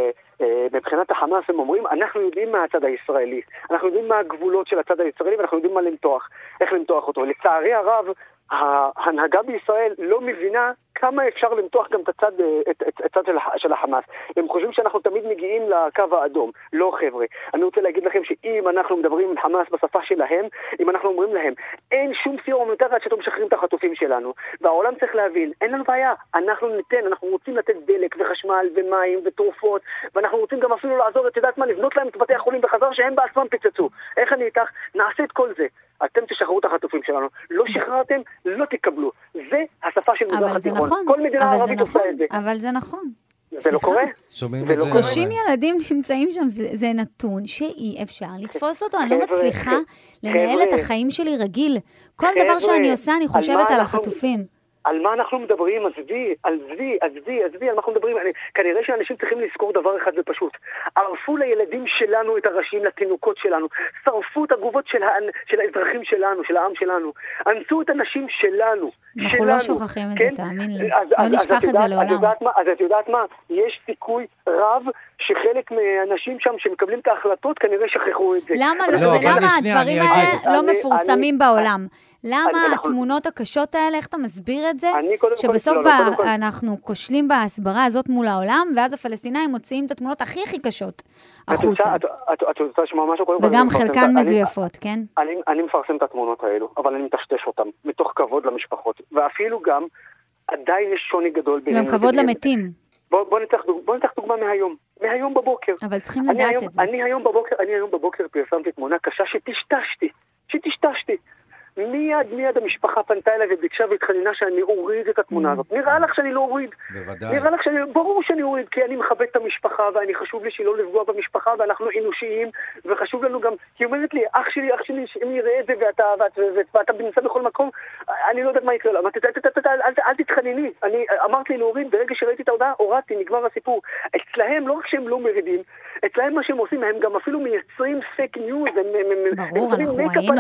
S4: שמבחינת החמאס הם אומרים, אנחנו יודעים מה הצד הישראלי, אנחנו יודעים מה הגבולות של הצד הישראלי, ואנחנו יודעים מה למתוח, איך למתוח אותו. לצערי הרב, ההנהגה בישראל לא מבינה כמה אפשר למתוח גם את הצד, את, את, את הצד של, של החמאס. הם חושבים שאנחנו תמיד מגיעים לקו האדום. לא חבר'ה. אני רוצה להגיד לכם שאם אנחנו מדברים עם חמאס בשפה שלהם, אם אנחנו אומרים להם, אין שום סיוע הומניטרי עד שאתם משחררים את החטופים שלנו. והעולם צריך להבין, אין לנו בעיה. אנחנו ניתן, אנחנו רוצים לתת דלק וחשמל ומים ותרופות, ואנחנו רוצים גם אפילו לעזור, את יודעת מה, לבנות להם את בתי החולים בחזר שהם בעצמם פיצצו. איך אני איתך? נעשה את כל זה. אתם תשחררו את החטופים שלנו. לא שחררתם, לא תקבלו. זה השפה של מזרח התיכון. כל מדינה ערבית עושה את זה.
S2: אבל זה נכון.
S4: זה לא קורה?
S3: שומעים את זה.
S2: שלושים ילדים נמצאים שם, זה נתון שאי אפשר לתפוס אותו. אני לא מצליחה לנהל את החיים שלי רגיל. כל דבר שאני עושה, אני חושבת על החטופים.
S4: על מה אנחנו מדברים? עזבי, עזבי, עזבי, עזבי, על מה אנחנו מדברים? אני, כנראה שאנשים צריכים לזכור דבר אחד ופשוט. ערפו לילדים שלנו את הראשים, לתינוקות שלנו. שרפו את הגובות של, ה, של האזרחים שלנו, של העם שלנו. אנסו את הנשים שלנו.
S2: אנחנו
S4: שלנו,
S2: לא שוכחים את
S4: כן?
S2: זה, תאמין לי.
S4: אז,
S2: לא
S4: אז,
S2: נשכח
S4: אז
S2: את
S4: יודעת,
S2: זה לעולם.
S4: אז, יודעת מה, אז את יודעת מה? יש סיכוי רב שחלק מהאנשים שם שמקבלים את ההחלטות כנראה שכחו את זה.
S2: למה, לא, לא, למה הדברים האלה לא מפורסמים אני, בעולם? למה אני, התמונות אנחנו... הקשות האלה, איך אתה מסביר את זה? שבסוף
S4: כל,
S2: ב...
S4: לא, כל.
S2: אנחנו כושלים בהסברה הזאת מול העולם, ואז הפלסטינאים מוציאים את התמונות הכי הכי קשות החוצה.
S4: את, את, את רוצה לשמוע משהו?
S2: וגם חלקן מזויפות,
S4: אני,
S2: כן?
S4: אני, אני מפרסם את התמונות האלו, אבל אני מטשטש אותן, מתוך כבוד למשפחות. ואפילו גם, עדיין יש שוני גדול בינינו.
S2: גם כבוד למתים.
S4: בוא, בוא נצטרך, בוא נצטרך דוגמה מהיום. מהיום בבוקר.
S2: אבל צריכים לדעת
S4: היום,
S2: את זה.
S4: אני היום בבוקר, אני היום בבוקר פרסמתי תמונה קשה שתשתשתי. שתשתשתי. מיד, מיד המשפחה פנתה אליי וביקשה והתחננה שאני אוריד את התמונה הזאת. נראה לך שאני לא אוריד.
S3: בוודאי.
S4: נראה לך שאני, ברור שאני אוריד, כי אני מכבד את המשפחה, ואני חשוב לי שלא לפגוע במשפחה, ואנחנו אנושיים, וחשוב לנו גם, כי אומרת לי, אח שלי, אח שלי, אם יראה את זה, ואתה, ואתה נמצא בכל מקום, אני לא יודעת מה יקרה לה. אל תתחנני. אני אמרתי לי להוריד, ברגע שראיתי את ההודעה, הורדתי, נגמר הסיפור. אצלהם, לא רק שהם לא מרידים, אצלהם מה שהם עושים, הם גם אפילו מייצרים פייק ניוז,
S2: ברור, אנחנו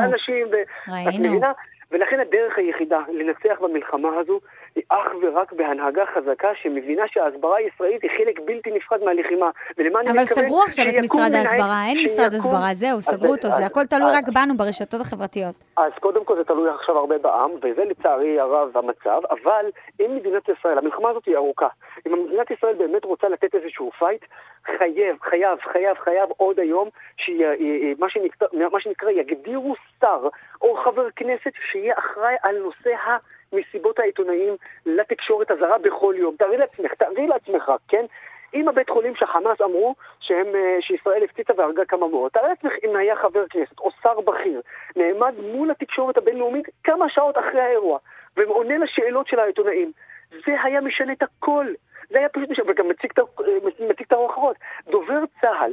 S2: ראינו.
S4: ראינו. ולכן הדרך היחידה לנצח במלחמה הזו היא אך ורק בהנהגה חזקה שמבינה שההסברה הישראלית היא חלק בלתי נפרד מהלחימה.
S2: אבל סגרו עכשיו את משרד ההסברה, אין משרד הסברה, זהו, סגרו אותו, זה הכל תלוי רק בנו ברשתות החברתיות.
S4: אז קודם כל זה תלוי עכשיו הרבה בעם, וזה לצערי הרב המצב, אבל אם מדינת ישראל, המלחמה הזאת היא ארוכה, אם מדינת ישראל באמת רוצה לתת איזשהו פייט, חייב, חייב, חייב, חייב עוד היום, שמה שנקרא, מה שנקרא יגדירו שר או חבר כנסת שיהיה אחראי על נושא המסיבות העיתונאים לתקשורת הזרה בכל יום. תארי לעצמך, תארי לעצמך, כן? אם הבית חולים שחמאס אמרו שהם, שישראל הפציצה והרגה כמה מאות, תארי לעצמך אם היה חבר כנסת או שר בכיר נעמד מול התקשורת הבינלאומית כמה שעות אחרי האירוע ועונה לשאלות של העיתונאים, זה היה משנה את הכל. זה היה פשוט משנה, וגם מציג את הרוח אחרות. דובר צהל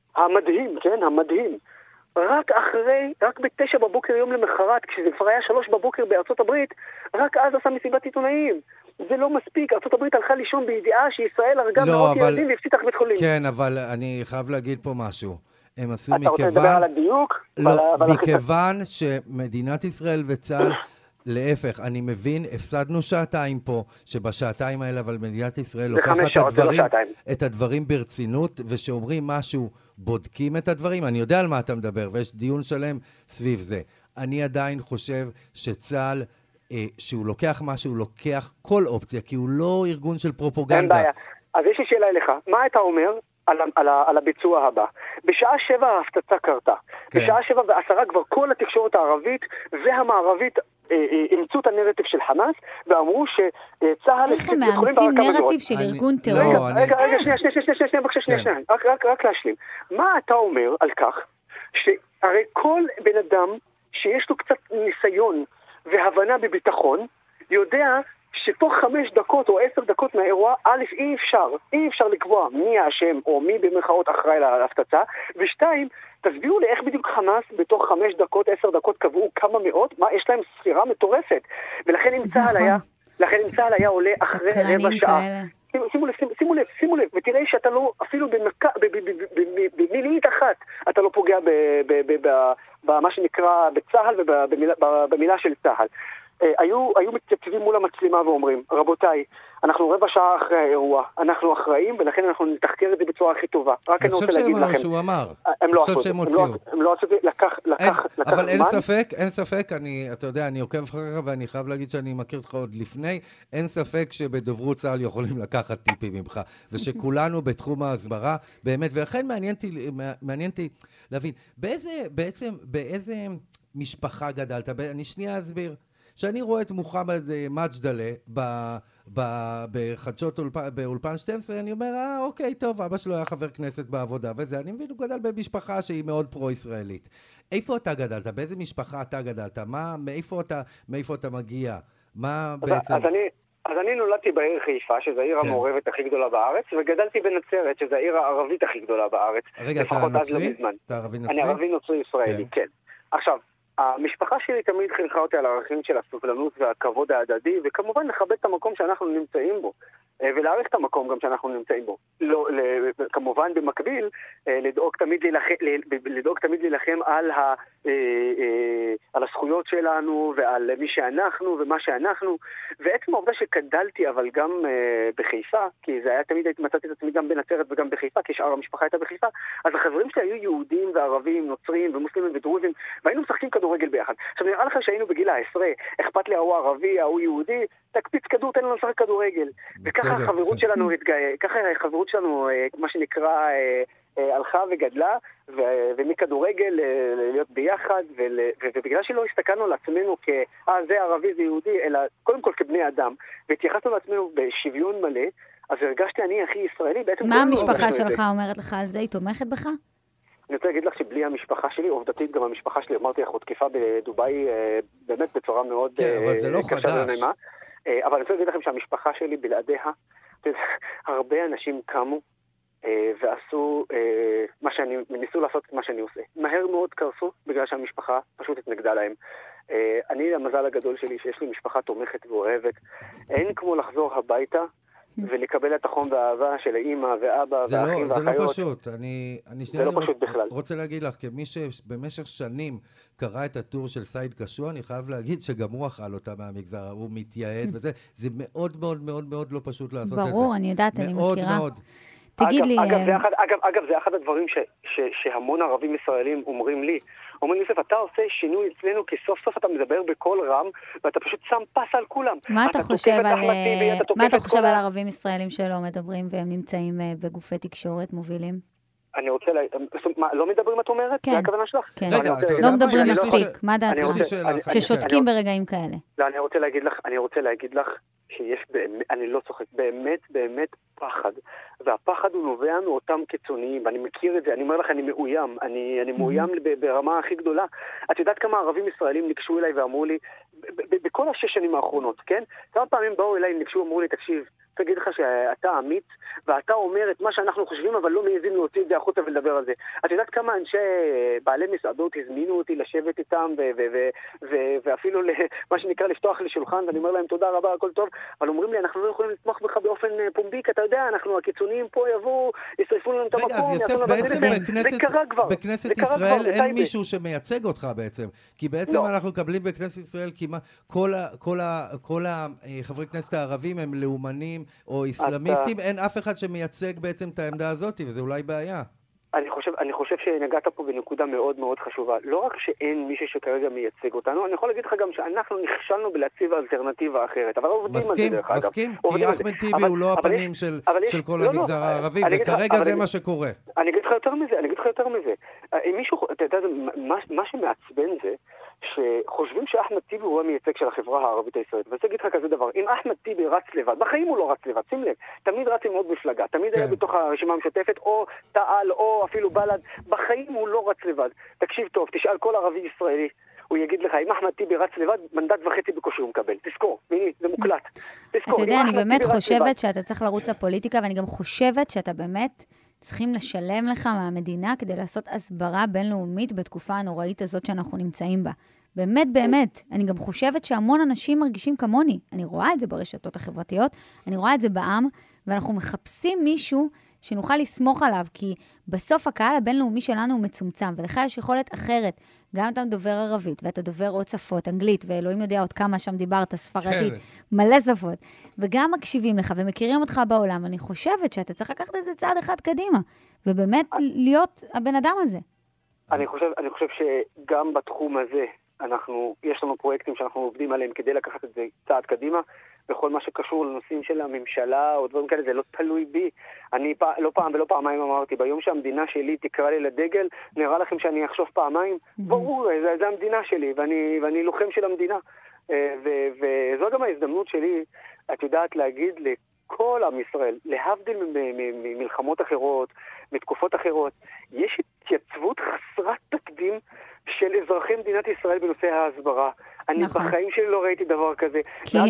S4: המדהים, כן, המדהים. רק אחרי, רק בתשע בבוקר יום למחרת, כשזה כבר היה שלוש בבוקר בארצות הברית, רק אז עשה מסיבת עיתונאים. זה לא מספיק, ארצות הברית הלכה לישון בידיעה שישראל הרגה
S3: לא,
S4: מאות
S3: אבל...
S4: ילדים והפציחה בית חולים.
S3: כן, אבל אני חייב להגיד פה משהו. הם עשו
S4: אתה
S3: מכיוון...
S4: רוצה לדבר על הדיוק?
S3: לא,
S4: ועל, ועל
S3: מכיוון שמדינת ישראל וצה"ל, להפך, אני מבין, הפסדנו שעתיים פה, שבשעתיים האלה, אבל מדינת ישראל לוקחת את הדברים, את הדברים ברצינות, ושאומרים משהו, בודקים את הדברים. אני יודע על מה אתה מדבר, ויש דיון שלם סביב זה. אני עדיין חושב שצה"ל, אה, שהוא לוקח משהו, הוא לוקח כל אופציה, כי הוא לא ארגון של פרופוגנדה.
S4: אין בעיה. אז יש לי שאלה אליך. מה אתה אומר על, על, על הביצוע הבא? בשעה שבע ההפצצה קרתה. כן. בשעה שבע ועשרה כבר כל התקשורת הערבית והמערבית אימצו את הנרטיב של חמאס, ואמרו שצהל...
S2: איך הם מאמצים נרטיב של ארגון טרור?
S4: רגע, רגע, שנייה, שנייה, שנייה, שנייה, בבקשה, שנייה, שנייה, רק להשלים. מה אתה אומר על כך, שהרי כל בן אדם שיש לו קצת ניסיון והבנה בביטחון, יודע שתוך חמש דקות או עשר דקות מהאירוע, א', אי אפשר, אי אפשר לקבוע מי האשם או מי במרכאות אחראי להפצצה, ושתיים, תסבירו לי איך בדיוק חמאס בתוך חמש דקות, עשר דקות קבעו כמה מאות, מה, יש להם ספירה מטורפת. ולכן אם צהל היה, לכן אם צהל היה עולה אחרי רבע שעה. שימו לב, שימו לב, שימו לב, ותראה שאתה לא, אפילו במילית אחת, אתה לא פוגע במה שנקרא בצהל ובמילה של צהל. היו, היו מתייצבים מול המצלמה ואומרים, רבותיי, אנחנו רבע שעה אחרי האירוע, אנחנו אחראים, ולכן אנחנו נתחקר את זה בצורה הכי טובה. רק אני רוצה להגיד לכם.
S3: אני חושב שהוא אמר.
S4: הם לא עשו את זה. הם לא עשו את זה, לקח, לקח, לקח
S3: אבל אין ספק, אין ספק, אני, אתה יודע, אני עוקב אחריך, ואני חייב להגיד שאני מכיר אותך עוד לפני, אין ספק שבדוברות צה"ל יכולים לקחת טיפים ממך, ושכולנו בתחום ההסברה, באמת, ולכן מעניינתי להבין, באיזה, בעצם, באיזה משפחה גדלת? אני שנייה אסביר. שאני רואה את מוחמד מג'דלה בחדשות באולפן שתים עשרה, אני אומר, אה, אוקיי, טוב, אבא שלו היה חבר כנסת בעבודה וזה, אני מבין, הוא גדל במשפחה שהיא מאוד פרו-ישראלית. איפה אתה גדלת? באיזה משפחה אתה גדלת? מה, מאיפה אתה, מאיפה אתה מגיע? מה
S4: אז,
S3: בעצם...
S4: אז אני, אז אני נולדתי בעיר חיפה, שזו העיר כן. המעורבת הכי גדולה בארץ, וגדלתי בנצרת, שזו העיר הערבית הכי גדולה בארץ.
S3: רגע, אתה נוצרי? אתה ערבי נוצרי?
S4: אני ערבי נוצרי ישראלי, כן. כן. עכשיו, המשפחה שלי תמיד חינכה אותי על הערכים של הסובלנות והכבוד ההדדי, וכמובן לכבד את המקום שאנחנו נמצאים בו, ולהעריך את המקום גם שאנחנו נמצאים בו. לא, כמובן במקביל, לדאוג תמיד להילחם, לדאוג תמיד להילחם על, ה, על הזכויות שלנו ועל מי שאנחנו ומה שאנחנו, ועצם העובדה שגדלתי אבל גם בחיפה, כי זה היה תמיד, מצאתי את עצמי גם בנצרת וגם בחיפה, כי שאר המשפחה הייתה בחיפה, אז החברים שלי היו יהודים וערבים, נוצרים ומוסלמים ודרוזים, והיינו משחקים כדורגל ביחד. עכשיו נראה לך שהיינו בגיל העשרה, אכפת לי ההוא ערבי, ההוא יהודי, תקפיץ כדור, תן לנו לשחק כדורגל. וככה החברות שלנו התגאה, ככה החברות שלנו, מה שנקרא, הלכה וגדלה, ומכדורגל להיות ביחד, ובגלל שלא הסתכלנו לעצמנו כאה זה ערבי זה יהודי, אלא קודם כל כבני אדם, והתייחסנו לעצמנו בשוויון מלא, אז הרגשתי אני הכי ישראלי.
S2: מה המשפחה שלך אומרת לך על זה? היא תומכת בך?
S4: אני רוצה להגיד לך שבלי המשפחה שלי, עובדתית גם המשפחה שלי, אמרתי לך, הותקפה בדוביי באמת בצורה מאוד
S3: קשה ונעימה. כן, אבל זה לא חדש.
S4: אבל אני רוצה להגיד לכם שהמשפחה שלי בלעדיה, הרבה אנשים קמו ועשו מה שאני, ניסו לעשות את מה שאני עושה. מהר מאוד קרסו בגלל שהמשפחה פשוט התנגדה להם. אני, המזל הגדול שלי, שיש לי משפחה תומכת ואוהבת, אין כמו לחזור הביתה, ולקבל את החום והאהבה של האמא ואבא והאחים והאחיות.
S3: זה לא פשוט. אני, אני
S4: זה לא פשוט בכלל.
S3: רוצה להגיד לך, כמי שבמשך שנים קרא את הטור של סייד קשוע, אני חייב להגיד שגם הוא אכל אותה מהמגזר, הוא מתייעד וזה, זה מאוד מאוד מאוד מאוד לא פשוט לעשות את זה.
S2: ברור, אני יודעת, אני מכירה.
S3: מאוד מאוד.
S2: תגיד לי...
S4: אגב, זה אחד, אגב, אגב, זה אחד הדברים ש, ש, שהמון ערבים ישראלים אומרים לי. אומרים, יוסף, אתה עושה שינוי אצלנו, כי סוף סוף אתה מדבר בקול רם, ואתה פשוט שם פס על כולם.
S2: מה אתה חושב על, מה אתה חושב על ערבים ישראלים שלא מדברים, והם נמצאים בגופי תקשורת מובילים?
S4: אני רוצה, לא מדברים, את אומרת?
S2: כן.
S4: זה הכוונה שלך?
S2: כן. לא מדברים מספיק. מה דעתך? ששותקים ברגעים כאלה.
S4: לא, אני רוצה להגיד לך, אני רוצה להגיד לך, שיש באמת, אני לא צוחק, באמת, באמת פחד. והפחד הוא נובע מאותם קיצוניים, ואני מכיר את זה, אני אומר לך, אני מאוים, אני, אני מאוים ברמה הכי גדולה. את יודעת כמה ערבים ישראלים ניגשו אליי ואמרו לי, בכל השש שנים האחרונות, כן? כמה פעמים באו אליי, ניגשו, אמרו לי, תקשיב, רוצה להגיד לך שאתה אמיץ, ואתה אומר את מה שאנחנו חושבים, אבל לא מעזים להוציא את זה החוצה ולדבר על זה. את יודעת כמה אנשי בעלי מסעדות הזמינו אותי לשבת איתם, ו- ו- ו- ו- ואפילו מה שנקרא לפתוח לי שולחן, ואני אומר להם תודה רבה, הכל טוב, אבל אומרים לי, אנחנו לא יכולים לתמוך בך באופן פומבי, כי אתה יודע, אנחנו הקיצוניים פה יבואו, ישרפו לנו את המקום.
S3: רגע, אז יוסף, בעצם בכנסת ישראל אין מישהו שמייצג אותך בעצם, כי בעצם אנחנו מקבלים בכנסת ישראל כמעט כל החברי כנסת הערבים הם לאומנים או איסלאמיסטים, אין אף אחד שמייצג בעצם את העמדה הזאת, וזה אולי בעיה.
S4: אני חושב, אני חושב שנגעת פה בנקודה מאוד מאוד חשובה. לא רק שאין מישהו שכרגע מייצג אותנו, אני יכול להגיד לך גם שאנחנו נכשלנו בלהציב אלטרנטיבה אחרת. אבל עובדים על זה דרך אגב.
S3: מסכים, מסכים, כי אחמד טיבי הוא לא הפנים של, של כל
S4: לא,
S3: המגזר
S4: לא,
S3: הערבי,
S4: אני
S3: וכרגע
S4: לך,
S3: זה
S4: אני,
S3: מה שקורה.
S4: אני אגיד לך יותר מזה, אני אגיד לך יותר מזה. אם מישהו, אתה יודע, מה, מה שמעצבן זה, שחושבים שאחמד טיבי הוא המייצג של החברה הערבית הישראלית. ואני אגיד לך כזה דבר, אם אחמד טיבי רץ לבד, בחיים הוא לא רץ לבד, שים לב, תמיד רץ עם עוד מפלגה, תמיד היה בתוך הרשימה המשותפת, או תעל, או אפילו בל"ד, בחיים הוא לא רץ לבד. תקשיב טוב, תשאל כל ערבי ישראלי, הוא יגיד לך, אם אחמד טיבי רץ לבד, מנדט וחצי בקושי הוא מקבל. תזכור, מיני, זה מוקלט. תזכור,
S2: אתה יודע, אני באמת חושבת שאתה צריך לרוץ לפוליטיקה, ואני גם חושבת שאתה באמת צריכים לשלם לך מהמדינה כדי לעשות הסברה בינלאומית בתקופה הנוראית הזאת שאנחנו נמצאים בה. באמת, באמת. אני גם חושבת שהמון אנשים מרגישים כמוני. אני רואה את זה ברשתות החברתיות, אני רואה את זה בעם, ואנחנו מחפשים מישהו שנוכל לסמוך עליו, כי בסוף הקהל הבינלאומי שלנו הוא מצומצם, ולך יש יכולת אחרת. גם אתה דובר ערבית, ואתה דובר עוד שפות, אנגלית, ואלוהים יודע עוד כמה שם דיברת, ספרדית, מלא שפות. וגם מקשיבים לך ומכירים אותך בעולם. אני חושבת שאתה צריך לקחת את זה צעד אחד קדימה, ובאמת להיות הבן אדם הזה.
S4: אני חושב, אני חושב שגם בתחום הזה, אנחנו, יש לנו פרויקטים שאנחנו עובדים עליהם כדי לקחת את זה צעד קדימה, בכל מה שקשור לנושאים של הממשלה או דברים כאלה, זה לא תלוי בי. אני פ... לא פעם ולא פעמיים אמרתי, ביום שהמדינה שלי תקרא לי לדגל, נראה לכם שאני אחשוב פעמיים? Mm-hmm. ברור, זה, זה המדינה שלי, ואני, ואני לוחם של המדינה. ו, וזו גם ההזדמנות שלי, את יודעת להגיד לכל עם ישראל, להבדיל ממלחמות אחרות, מתקופות אחרות, יש התייצבות חסרת תקדים של אזרחי מדינת ישראל בנושא ההסברה. אני בחיים שלי לא ראיתי דבר כזה.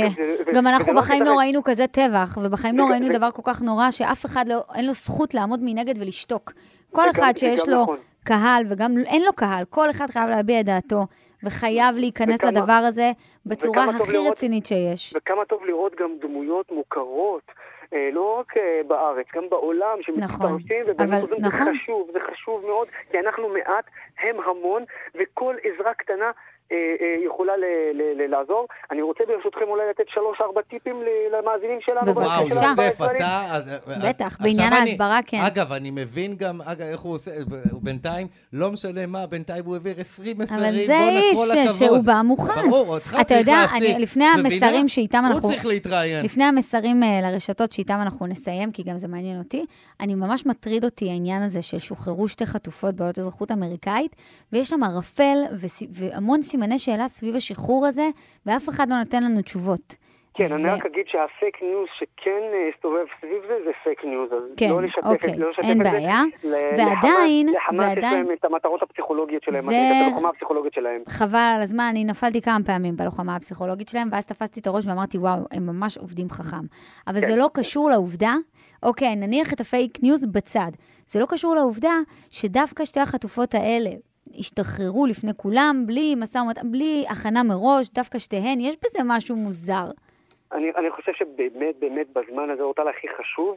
S2: גם אנחנו בחיים לא ראינו כזה טבח, ובחיים לא ראינו דבר כל כך נורא, שאף אחד אין לו זכות לעמוד מנגד ולשתוק. כל אחד שיש לו קהל, וגם אין לו קהל, כל אחד חייב להביע את דעתו, וחייב להיכנס לדבר הזה בצורה הכי רצינית שיש.
S4: וכמה טוב לראות גם דמויות מוכרות, לא רק בארץ, גם בעולם, שמצטרפים, ובאמת זה חשוב, זה חשוב מאוד, כי אנחנו מעט, הם המון, וכל עזרה קטנה יכולה לעזור. אני רוצה ברשותכם אולי לתת שלוש ארבע טיפים למאזינים שלנו.
S2: בבקשה.
S3: יוסף, אתה...
S2: בטח, בעניין ההסברה כן.
S3: אגב, אני מבין גם, אגב, איך הוא עושה, בינתיים, לא משנה מה, בינתיים הוא העביר עשרים מסרים,
S2: אבל זה איש שהוא בא מוכן.
S3: ברור, אותך צריך
S2: אתה יודע, לפני המסרים שאיתם אנחנו...
S3: הוא צריך להתראיין.
S2: לפני המסרים לרשתות שאיתם אנחנו נסיים, כי גם זה מעניין אותי, אני ממש מטריד אותי העניין הזה ששוחררו שתי חטופות בעלות אזרחות אמריקאית, ויש שם ערפל והמון סימני שאלה סביב השחרור הזה, ואף אחד לא נותן לנו תשובות.
S4: כן, ו... אני רק אגיד שהפייק ניוז שכן הסתובב סביב זה, זה פייק ניוז.
S2: כן,
S4: לא לשתף,
S2: אוקיי,
S4: לא לשתף
S2: אין בעיה.
S4: ל...
S2: ועדיין,
S4: לחמאס
S2: ועדיין...
S4: יש להם את המטרות הפסיכולוגיות שלהם,
S2: זה...
S4: את הלוחמה הפסיכולוגית שלהם.
S2: חבל על הזמן, אני נפלתי כמה פעמים בלוחמה הפסיכולוגית שלהם, ואז תפסתי את הראש ואמרתי, וואו, הם ממש עובדים חכם. אבל כן. זה לא קשור לעובדה, אוקיי, נניח את הפייק ניוז בצד. זה לא קשור לעובדה שדווקא שתי החטופות האלה, השתחררו לפני כולם, בלי מסע ומתן, בלי הכנה מראש, דווקא שתיהן, יש בזה משהו מוזר.
S4: אני, אני חושב שבאמת, באמת, בזמן הזה, אותה הכי חשוב,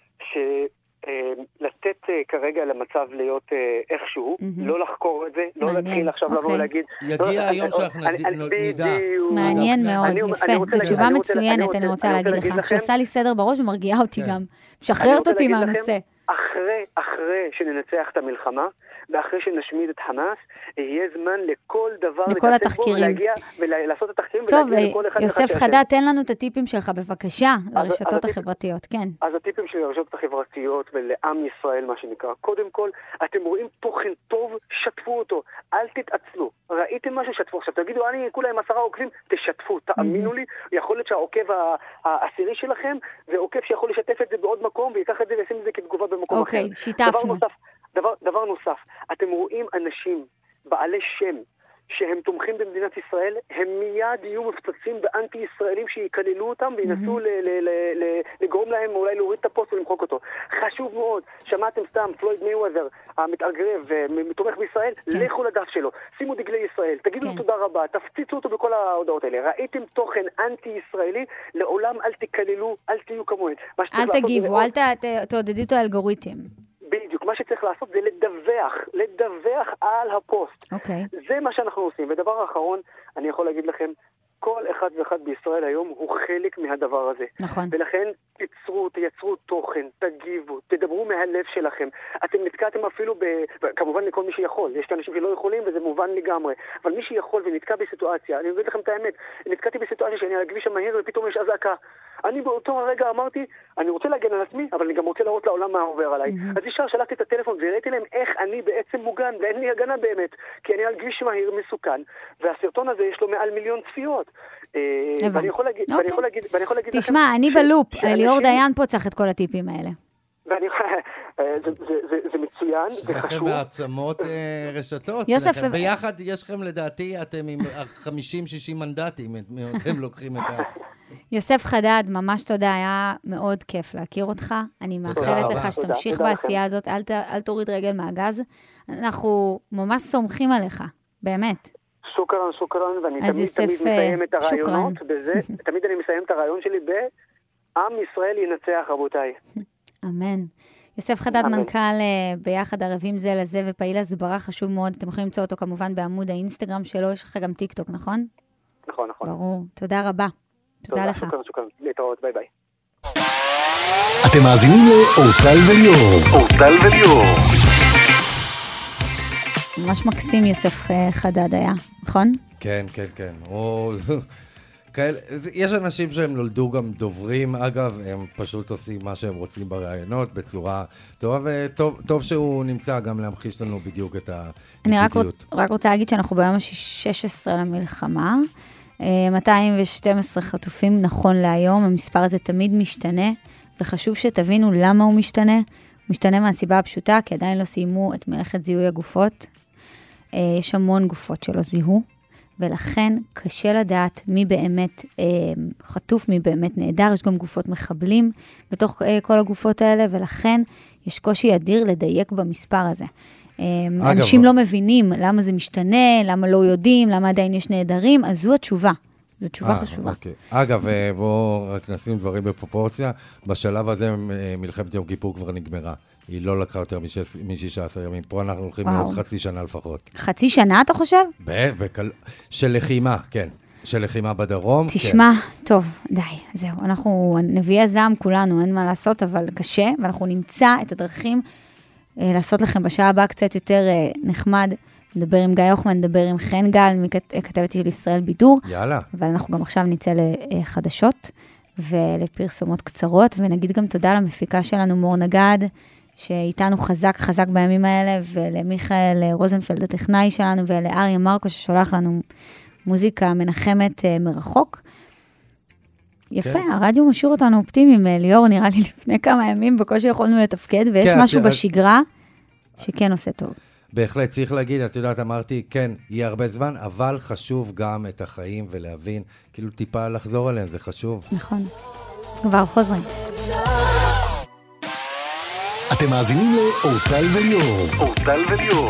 S4: שלתת כרגע למצב להיות איכשהו, לא לחקור את זה, לא להתחיל עכשיו לבוא ולהגיד...
S3: יגיע היום שאנחנו נדע.
S2: מעניין מאוד, יפה. זו תשובה מצוינת, אני רוצה להגיד לך, שעושה לי סדר בראש ומרגיעה אותי גם. משחררת אותי מהנושא.
S4: אחרי, אחרי שננצח את המלחמה, ואחרי שנשמיד את חמאס, יהיה זמן לכל דבר
S2: לכל התחקירים.
S4: ולהגיע ולעשות את התחקירים.
S2: טוב, יוסף חדד, תן לנו את הטיפים שלך בבקשה, לרשתות החברתיות, כן.
S4: אז הטיפים של הרשתות החברתיות ולעם ישראל, מה שנקרא. קודם כל, אתם רואים תוכן טוב, שתפו אותו, אל תתעצלו. ראיתם משהו, שתפו. עכשיו תגידו, אני כולה עם עשרה עוקבים, תשתפו, תאמינו לי, יכול להיות שהעוקב העשירי שלכם, זה עוקב שיכול לשתף את זה בעוד מקום, ויקח את זה וישים את זה כתגובה במקום אחר.
S2: אוקיי, שיתפנו.
S4: דבר נוסף, דבר, דבר נוסף, אתם רואים אנשים בעלי שם שהם תומכים במדינת ישראל, הם מיד יהיו מפצצים באנטי-ישראלים שיקללו אותם וינסו לגרום להם אולי להוריד את הפוסט ולמחוק אותו. חשוב מאוד, שמעתם סתם, פלויד מייווזר, המתאגרב ומתומך בישראל, לכו לדף שלו, שימו דגלי ישראל, תגידו לו תודה רבה, תפציצו אותו בכל ההודעות האלה. ראיתם תוכן אנטי-ישראלי, לעולם אל תקללו, אל תהיו כמוהם.
S2: אל תגיבו, אל תעודדו את האלגוריתם.
S4: בדיוק, מה שצריך לעשות זה לדווח, לדווח על הפוסט.
S2: אוקיי.
S4: זה מה שאנחנו עושים. ודבר האחרון, אני יכול להגיד לכם, כל אחד ואחד בישראל היום הוא חלק מהדבר הזה.
S2: נכון.
S4: ולכן תיצרו, תייצרו תוכן, תגיבו, תדברו מהלב שלכם. אתם נתקעתם אפילו ב... כמובן לכל מי שיכול. יש אנשים שלא יכולים וזה מובן לגמרי. אבל מי שיכול ונתקע בסיטואציה, אני אגיד לכם את האמת, נתקעתי בסיטואציה שאני על הכביש המהיר ופתאום יש אזעקה. אני באותו הרגע אמרתי, אני רוצה להגן על עצמי, אבל אני גם רוצה להראות לעולם מה עובר עליי. Mm-hmm. אז ישר שלחתי את הטלפון והראיתי להם איך אני בעצם מוגן, ואין לי הגנה באמת, כי אני על כביש מהיר מסוכן, והסרטון הזה יש לו מעל מיליון צפיות. ואני יכול להגיד, ואני יכול להגיד, ואני יכול להגיד לכם...
S2: תשמע, אני בלופ, ליאור דיין פה צריך את כל הטיפים האלה.
S4: ואני... זה מצוין, זה חשוב.
S3: שלכם בעצמות רשתות, ביחד יש לכם לדעתי, אתם עם חמישים שישים מנדטים, אתם לוקחים את ה...
S2: יוסף חדד, ממש תודה, היה מאוד כיף להכיר אותך. אני מאחלת לך שתמשיך בעשייה הזאת, אל תוריד רגל מהגז. אנחנו ממש סומכים עליך, באמת.
S4: שוקרן, שוקרן, ואני תמיד תמיד מסיים את הרעיונות בזה, תמיד אני מסיים את הרעיון שלי בעם ישראל ינצח, רבותיי.
S2: אמן. יוסף חדד, מנכ"ל ביחד ערבים זה לזה ופעיל הסברה חשוב מאוד. אתם יכולים למצוא אותו כמובן בעמוד האינסטגרם שלו, יש לך גם טיק טוק, נכון?
S4: נכון, נכון.
S2: ברור. תודה רבה. תודה לך.
S4: שוקרן, שוקרן. להתראות, ביי ביי.
S1: אתם מאזינים לאורטל וליאור. אורטל וליאור.
S2: ממש מקסים יוסף חדד היה, נכון?
S3: כן, כן, כן. יש אנשים שהם נולדו גם דוברים, אגב, הם פשוט עושים מה שהם רוצים בראיונות בצורה טובה, וטוב שהוא נמצא גם להמחיש לנו בדיוק את הנקודיות.
S2: אני רק רוצה להגיד שאנחנו ביום ה-שש עשרה למלחמה, מאתיים ושתים עשרה חטופים נכון להיום, המספר הזה תמיד משתנה, וחשוב שתבינו למה הוא משתנה. הוא משתנה מהסיבה הפשוטה, כי עדיין לא סיימו את מלאכת זיהוי הגופות. יש המון גופות שלא זיהו, ולכן קשה לדעת מי באמת אה, חטוף, מי באמת נהדר. יש גם גופות מחבלים בתוך אה, כל הגופות האלה, ולכן יש קושי אדיר לדייק במספר הזה. אה, אנשים לא מבינים למה זה משתנה, למה לא יודעים, למה עדיין יש נהדרים, אז זו התשובה. זו תשובה 아, חשובה.
S3: אוקיי. אגב, בואו רק נשים דברים בפרופורציה. בשלב הזה מלחמת יום כיפור כבר נגמרה. היא לא לקחה יותר מ-שישה עשר ימים. פה אנחנו הולכים לעוד חצי שנה לפחות.
S2: חצי שנה, אתה חושב?
S3: של לחימה, כן. של לחימה בדרום.
S2: תשמע, טוב, די, זהו. אנחנו נביאי הזעם כולנו, אין מה לעשות, אבל קשה, ואנחנו נמצא את הדרכים לעשות לכם בשעה הבאה קצת יותר נחמד. נדבר עם גיא אוחמן, נדבר עם חן גל, מכתבת של ישראל בידור.
S3: יאללה.
S2: אבל אנחנו גם עכשיו נצא לחדשות ולפרסומות קצרות, ונגיד גם תודה למפיקה שלנו, מור נגד, שאיתנו חזק חזק בימים האלה, ולמיכאל רוזנפלד הטכנאי שלנו, ולאריה מרקו ששולח לנו מוזיקה מנחמת מרחוק. יפה, כן. הרדיו משאיר אותנו אופטימיים, ליאור, נראה לי לפני כמה ימים בקושי יכולנו לתפקד, ויש כן, משהו את... בשגרה שכן עושה טוב.
S3: בהחלט, צריך להגיד, את יודעת, אמרתי, כן, יהיה הרבה זמן, אבל חשוב גם את החיים ולהבין, כאילו טיפה לחזור אליהם, זה חשוב.
S2: נכון, כבר חוזרים.
S1: אתם מאזינים לאורטל וליאור. אורטל וליאור.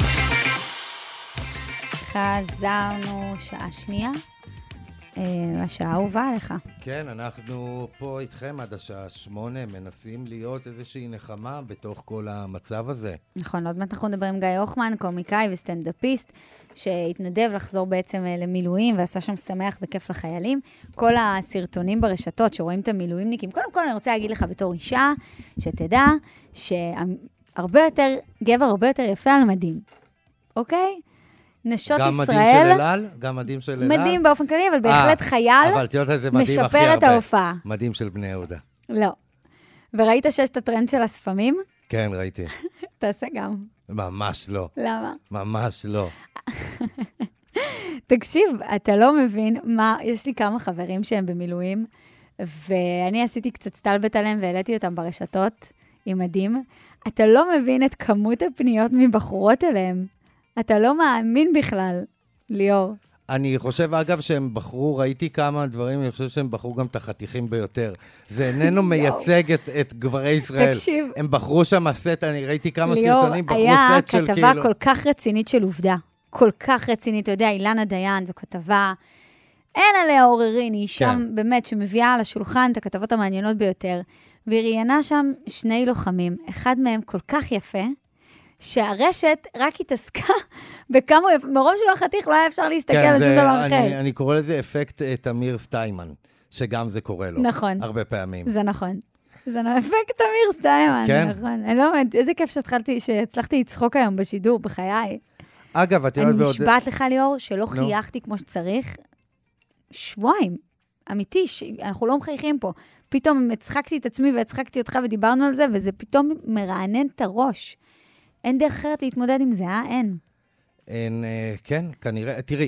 S2: חזרנו שעה שנייה. השעה הובאה עליך.
S3: כן, אנחנו פה איתכם עד השעה שמונה, מנסים להיות איזושהי נחמה בתוך כל המצב הזה.
S2: נכון, עוד מעט אנחנו נדבר עם גיא אוחמן, קומיקאי וסטנדאפיסט, שהתנדב לחזור בעצם למילואים, ועשה שם שמח וכיף לחיילים. כל הסרטונים ברשתות שרואים את המילואימניקים, קודם כל אני רוצה להגיד לך בתור אישה, שתדע שהרבה יותר, גבר הרבה יותר יפה על מדים. אוקיי? נשות
S3: גם
S2: ישראל...
S3: גם מדים של אלל? גם מדים של אלל?
S2: מדים באופן כללי, אבל בהחלט 아, חייל
S3: אבל תראו איזה מדים הכי הרבה.
S2: משפר את ההופעה.
S3: מדים של בני יהודה.
S2: לא. וראית שיש את הטרנד של הספמים?
S3: כן, ראיתי.
S2: תעשה גם.
S3: ממש לא.
S2: למה?
S3: ממש לא.
S2: תקשיב, אתה לא מבין מה... יש לי כמה חברים שהם במילואים, ואני עשיתי קצת סטלבט עליהם והעליתי אותם ברשתות עם מדים. אתה לא מבין את כמות הפניות מבחורות אליהם. אתה לא מאמין בכלל. ליאור.
S3: אני חושב, אגב, שהם בחרו, ראיתי כמה דברים, אני חושב שהם בחרו גם את החתיכים ביותר. זה איננו מייצג את, את גברי ישראל.
S2: תקשיב.
S3: הם בחרו שם הסט, אני ראיתי כמה
S2: ליאור,
S3: סרטונים, בחרו
S2: היה
S3: סט של כאילו...
S2: כתבה כל כך רצינית של עובדה. כל כך רצינית, אתה יודע, אילנה דיין, זו כתבה, אין עליה עוררין, היא שם
S3: כן.
S2: באמת, שמביאה על השולחן את הכתבות המעניינות ביותר, והיא ראיינה שם שני לוחמים, אחד מהם כל כך יפה, שהרשת רק התעסקה בכמה הוא יפה, מרוב שהוא החתיך לא היה אפשר להסתכל
S3: כן,
S2: על
S3: זה,
S2: שום דבר
S3: אני,
S2: אחר.
S3: אני קורא לזה אפקט תמיר סטיימן, שגם זה קורה לו.
S2: נכון.
S3: הרבה פעמים.
S2: זה נכון. זה אפקט תמיר סטיימן,
S3: כן.
S2: נכון. אני לא אומרת, איזה כיף שהתחלתי, שהצלחתי לצחוק היום בשידור, בחיי.
S3: אגב, את יודעת
S2: אני
S3: בעוד...
S2: נשבעת לך, ליאור, שלא
S3: no.
S2: חייכתי כמו שצריך, שבועיים. אמיתי, ש... אנחנו לא מחייכים פה. פתאום הצחקתי את עצמי והצחקתי אותך ודיברנו על זה, וזה פתאום מרענן את הראש. אין דרך אחרת להתמודד עם זה, אה? אין.
S3: אין, אה, כן, כנראה, תראי,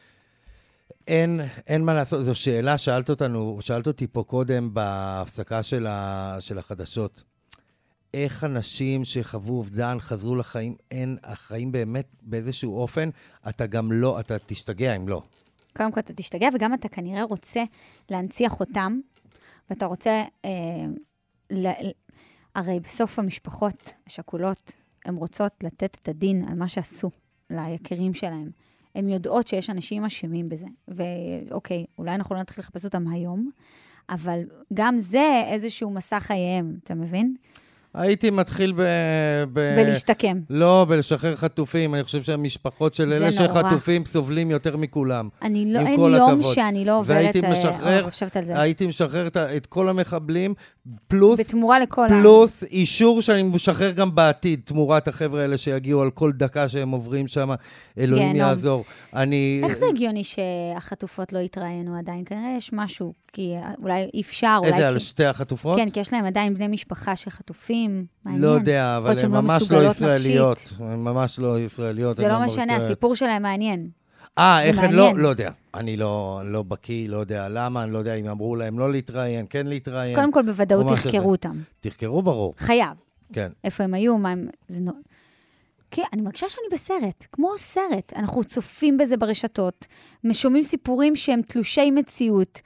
S3: אין, אין מה לעשות, זו שאלה, שאלת אותנו, שאלת אותי פה קודם בהפסקה של, ה, של החדשות. איך אנשים שחוו אובדן חזרו לחיים, אין, החיים באמת באיזשהו אופן, אתה גם לא, אתה תשתגע אם לא.
S2: קודם כל אתה תשתגע, וגם אתה כנראה רוצה להנציח אותם, ואתה רוצה, אה, ל... הרי בסוף המשפחות השכולות, הן רוצות לתת את הדין על מה שעשו ליקירים שלהם. הן יודעות שיש אנשים אשמים בזה. ואוקיי, אולי אנחנו לא נתחיל לחפש אותם היום, אבל גם זה איזשהו מסע חייהם, אתה מבין?
S3: הייתי מתחיל ב... ב...
S2: בלהשתקם.
S3: לא, בלשחרר חטופים. אני חושב שהמשפחות של אלה שחטופים סובלים יותר מכולם.
S2: אני לא,
S3: אין
S2: יום
S3: הכבוד.
S2: שאני לא עוברת,
S3: והייתי משחרר,
S2: או, חושבת על זה.
S3: הייתי משחרר את, את כל המחבלים, פלוס,
S2: בתמורה לכל
S3: פלוס אישור שאני משחרר גם בעתיד, תמורת החבר'ה האלה שיגיעו על כל דקה שהם עוברים שם, אלוהים
S2: כן,
S3: יעזור. אני...
S2: איך זה הגיוני שהחטופות לא יתראיינו עדיין? כנראה יש משהו, כי אולי אפשר, אולי...
S3: איזה,
S2: כי...
S3: על שתי החטופות?
S2: כן, כי יש להם עדיין בני משפחה שחטופים. מעניין.
S3: לא יודע, אבל הן ממש לא ישראליות. הן ממש לא ישראליות.
S2: זה לא משנה, הסיפור שלהם מעניין.
S3: אה, איך הן לא? לא יודע. אני לא, לא בקיא, לא יודע למה, אני לא יודע אם אמרו להם לא להתראיין, כן להתראיין.
S2: קודם כל בוודאות תחקרו אותם.
S3: תחקרו ברור.
S2: חייב.
S3: כן.
S2: איפה הם היו, מה הם... זה נו... כן, אני מרגישה שאני בסרט, כמו סרט. אנחנו צופים בזה ברשתות, משומעים סיפורים שהם תלושי מציאות,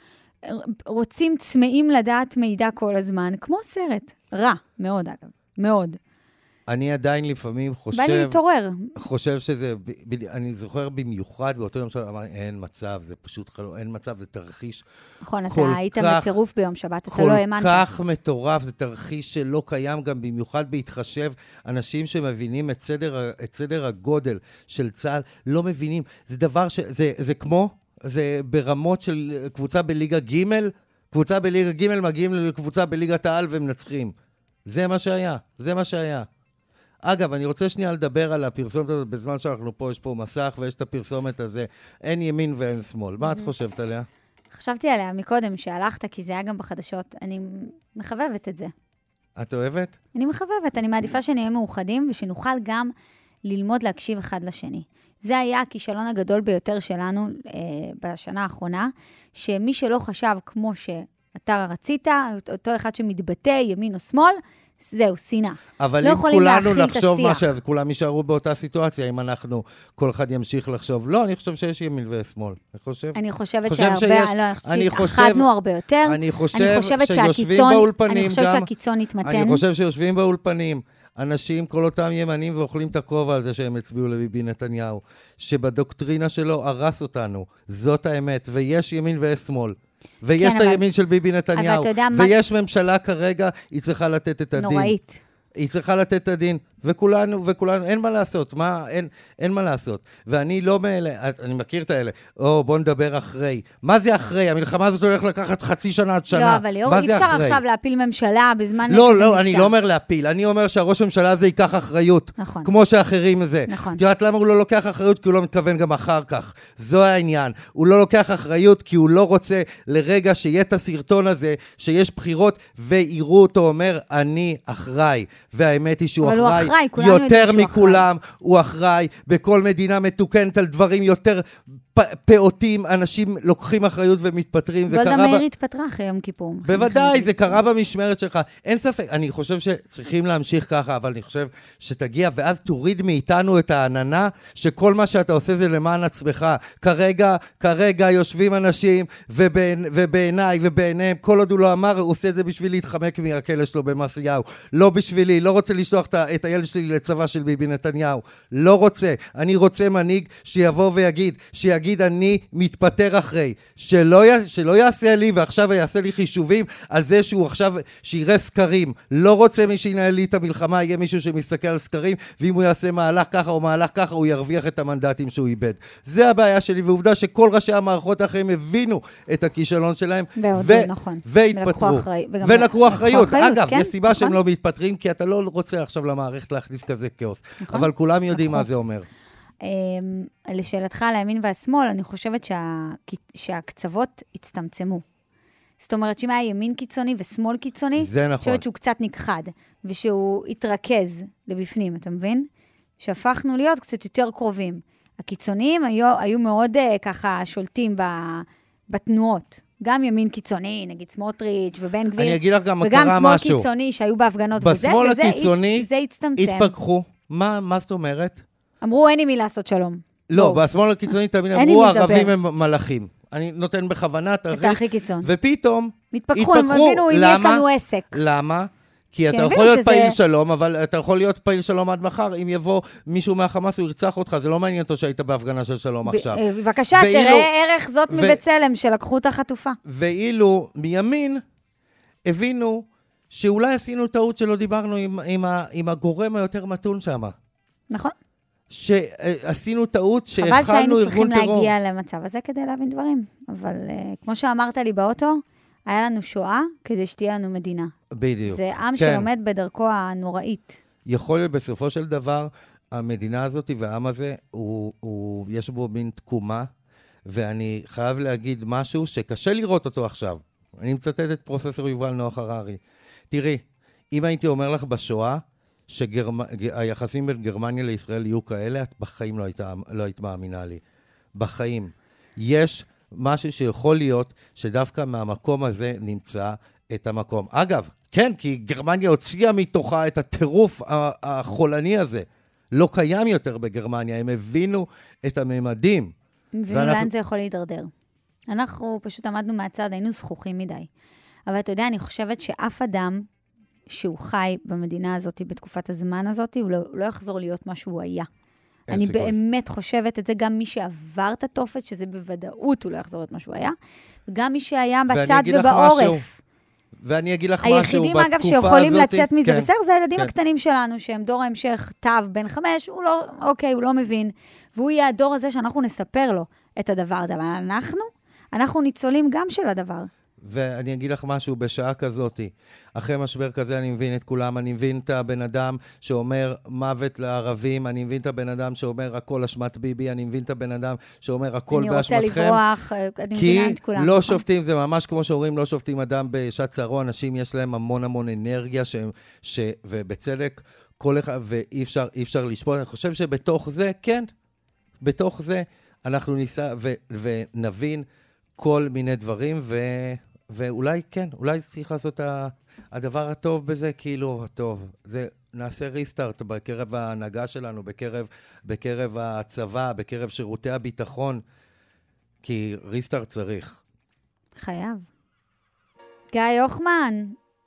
S2: רוצים צמאים לדעת מידע כל הזמן, כמו סרט. רע, מאוד אגב, מאוד.
S3: אני עדיין לפעמים חושב...
S2: בא לי להתעורר.
S3: חושב שזה... אני זוכר במיוחד באותו יום שאמר, אין מצב, זה פשוט חלום, אין מצב, זה תרחיש
S2: נכון, אתה היית בטירוף ביום שבת, אתה לא האמנת.
S3: כל כך מטורף, זה תרחיש שלא קיים גם במיוחד בהתחשב. אנשים שמבינים את סדר, את סדר הגודל של צה"ל, לא מבינים. זה דבר ש... זה, זה כמו... זה ברמות של קבוצה בליגה ג', קבוצה בליגה ג' מגיעים לקבוצה בליגת העל ומנצחים. זה מה שהיה, זה מה שהיה. אגב, אני רוצה שנייה לדבר על הפרסומת הזאת, בזמן שאנחנו פה, יש פה מסך ויש את הפרסומת הזה, אין ימין ואין שמאל. מה את חושבת עליה?
S2: חשבתי עליה מקודם שהלכת, כי זה היה גם בחדשות. אני מחבבת את זה.
S3: את אוהבת?
S2: אני מחבבת, אני מעדיפה שנהיה מאוחדים, ושנוכל גם ללמוד להקשיב אחד לשני. זה היה הכישלון הגדול ביותר שלנו אה, בשנה האחרונה, שמי שלא חשב כמו שאתה רצית, אותו אחד שמתבטא, ימין או שמאל, זהו, שנאה.
S3: אבל
S2: לא
S3: אם כולנו נחשוב מה
S2: השיח.
S3: ש... כולם יישארו באותה סיטואציה, אם אנחנו, כל אחד ימשיך לחשוב. לא, אני חושב שיש ימין ושמאל. אני חושב...
S2: אני חושבת
S3: חושב
S2: שהרבה,
S3: שיש...
S2: לא,
S3: אני חושב...
S2: אחדנו הרבה יותר.
S3: אני חושב,
S2: אני חושבת
S3: שיושבים
S2: שהקיצון,
S3: באולפנים
S2: אני חושבת
S3: גם...
S2: שהקיצון יתמתן.
S3: אני חושב שיושבים באולפנים. אנשים, כל אותם ימנים, ואוכלים את הכובע על זה שהם הצביעו לביבי נתניהו, שבדוקטרינה שלו הרס אותנו. זאת האמת. ויש ימין ויש שמאל. ויש
S2: כן,
S3: את
S2: אבל...
S3: הימין של ביבי נתניהו. ויש מה... ממשלה כרגע, היא צריכה לתת את הדין.
S2: נוראית.
S3: היא צריכה לתת את הדין, וכולנו, וכולנו, אין מה לעשות, מה, אין, אין מה לעשות. ואני לא מאלה, אני מכיר את האלה, או בוא נדבר אחרי. מה זה אחרי? המלחמה הזאת הולך לקחת חצי שנה עד שנה.
S2: לא, אבל אי אפשר עכשיו להפיל ממשלה בזמן...
S3: לא, לא, אני לא אומר להפיל, אני אומר שהראש ממשלה הזה ייקח אחריות.
S2: נכון.
S3: כמו שאחרים זה.
S2: נכון.
S3: תראה, למה הוא לא לוקח אחריות? כי הוא לא מתכוון גם אחר כך. זו העניין. הוא לא לוקח אחריות כי הוא לא רוצה לרגע שיהיה את הסרטון הזה, שיש בחירות, ויראו אותו אומר, אני אחראי. והאמת היא שהוא אחראי,
S2: אחראי
S3: יותר מכולם, הוא אחראי בכל מדינה מתוקנת על דברים יותר פעוטים, אנשים לוקחים אחריות ומתפטרים.
S2: גולדה מאיר התפטרה אחרי יום כיפור.
S3: בוודאי, זה קרה במשמרת שלך. אין ספק, אני חושב שצריכים להמשיך ככה, אבל אני חושב שתגיע, ואז תוריד מאיתנו את העננה, שכל מה שאתה עושה זה למען עצמך. כרגע, כרגע יושבים אנשים, ובעיניי ובעיניהם, כל עוד הוא לא אמר, הוא עושה את זה בשביל להתחמק מהכלא שלו במעשיהו. לא בשבילי, לא רוצה לשלוח את הילד שלי לצבא של ביבי נתניהו. לא רוצה. אני רוצה מנהיג שיבוא ויגיד, שיגיד להגיד אני מתפטר אחרי, שלא, י... שלא יעשה לי ועכשיו יעשה לי חישובים על זה שהוא עכשיו שיראה סקרים. לא רוצה מי שינהל לי את המלחמה, יהיה מישהו שמסתכל על סקרים, ואם הוא יעשה מהלך ככה או מהלך ככה, הוא ירוויח את המנדטים שהוא איבד. זה הבעיה שלי, ועובדה שכל ראשי המערכות האחרים הבינו את הכישלון שלהם,
S2: ו... נכון.
S3: והתפטרו. ולקחו אחריות. אגב, כן? יש סיבה נכון? שהם לא מתפטרים, כי אתה לא רוצה עכשיו למערכת להכניס כזה כאוס. נכון? אבל כולם יודעים נכון. מה זה אומר.
S2: לשאלתך על הימין והשמאל, אני חושבת שה... שהקצוות הצטמצמו. זאת אומרת, שאם היה ימין קיצוני ושמאל קיצוני,
S3: זה נכון.
S2: אני חושבת שהוא קצת נכחד, ושהוא התרכז לבפנים, אתה מבין? שהפכנו להיות קצת יותר קרובים. הקיצוניים היו, היו מאוד ככה שולטים ב... בתנועות. גם ימין קיצוני, נגיד סמוטריץ' ובן גביר.
S3: אני אגיד לך גם מה
S2: קרה
S3: משהו.
S2: וגם שמאל קיצוני שהיו בהפגנות וזה,
S3: בשמאל הקיצוני
S2: זה הצטמצם.
S3: התפכחו. מה, מה זאת אומרת?
S2: אמרו, אין עם מי לעשות שלום.
S3: לא, בוא. בשמאל הקיצוני תמיד אמרו, הערבים הם מלאכים. אני נותן בכוונה תרחיש.
S2: את הכי קיצון.
S3: ופתאום
S2: התפכחו, הם הבינו אם יש לנו עסק.
S3: למה? כי אתה יכול להיות פעיל שלום, אבל אתה יכול להיות פעיל שלום עד מחר. אם יבוא מישהו מהחמאס, הוא ירצח אותך. זה לא מעניין אותו שהיית בהפגנה של שלום עכשיו.
S2: בבקשה, תראה ערך זאת מבצלם, שלקחו את החטופה.
S3: ואילו מימין הבינו שאולי עשינו טעות שלא דיברנו עם הגורם היותר מתון שם.
S2: נכון.
S3: שעשינו טעות שהכלנו ארגון טרור.
S2: חבל שהיינו צריכים להגיע למצב הזה כדי להבין דברים. אבל כמו שאמרת לי באוטו, היה לנו שואה כדי שתהיה לנו מדינה.
S3: בדיוק.
S2: זה עם כן. שלומד בדרכו הנוראית.
S3: יכול להיות בסופו של דבר, המדינה הזאת והעם הזה, הוא, הוא, יש בו מין תקומה, ואני חייב להגיד משהו שקשה לראות אותו עכשיו. אני מצטט את פרופסור יובל נוח הררי. תראי, אם הייתי אומר לך בשואה, שהיחסים בין גרמניה לישראל יהיו כאלה, את בחיים לא היית, לא היית מאמינה לי. בחיים. יש משהו שיכול להיות שדווקא מהמקום הזה נמצא את המקום. אגב, כן, כי גרמניה הוציאה מתוכה את הטירוף החולני הזה. לא קיים יותר בגרמניה, הם הבינו את הממדים.
S2: הבינו ואנחנו... לאן זה יכול להידרדר. אנחנו פשוט עמדנו מהצד, היינו זכוכים מדי. אבל אתה יודע, אני חושבת שאף אדם שהוא חי במדינה הזאת, בתקופת הזמן הזאת, הוא לא, הוא לא יחזור להיות מה שהוא היה. אני סיכוי. באמת חושבת את זה, גם מי שעבר את התופת, שזה בוודאות הוא לא יחזור להיות מה שהוא היה, וגם מי שהיה בצד ובעורף.
S3: ואני אגיד לך משהו,
S2: היחידים אגב שיכולים לצאת מזה, כן, בסדר, זה הילדים כן. הקטנים שלנו, שהם דור ההמשך, תו בן חמש, הוא לא, אוקיי, הוא לא מבין, והוא יהיה הדור הזה שאנחנו נספר לו את הדבר הזה, אבל אנחנו, אנחנו ניצולים גם של הדבר.
S3: ואני אגיד לך משהו, בשעה כזאת, אחרי משבר כזה אני מבין את כולם, אני מבין את הבן אדם שאומר מוות לערבים, אני מבין את הבן אדם שאומר הכל אשמת ביבי, אני מבין את הבן אדם שאומר הכל באשמתכם.
S2: אני רוצה לברוח, אני מבינה את כולם.
S3: כי לא שופטים, זה ממש כמו שאומרים, לא שופטים אדם בשעת צערו, אנשים יש להם המון המון אנרגיה, ש, ש, ובצדק, כל אחד, ואי אפשר, אי אפשר לשפוט. אני חושב שבתוך זה, כן, בתוך זה, אנחנו ניסע ו, ונבין כל מיני דברים, ו... ואולי כן, אולי צריך לעשות הדבר הטוב בזה, כאילו הטוב. זה נעשה ריסטארט בקרב ההנהגה שלנו, בקרב, בקרב הצבא, בקרב שירותי הביטחון, כי ריסטארט צריך.
S2: חייב. גיא יוחמן.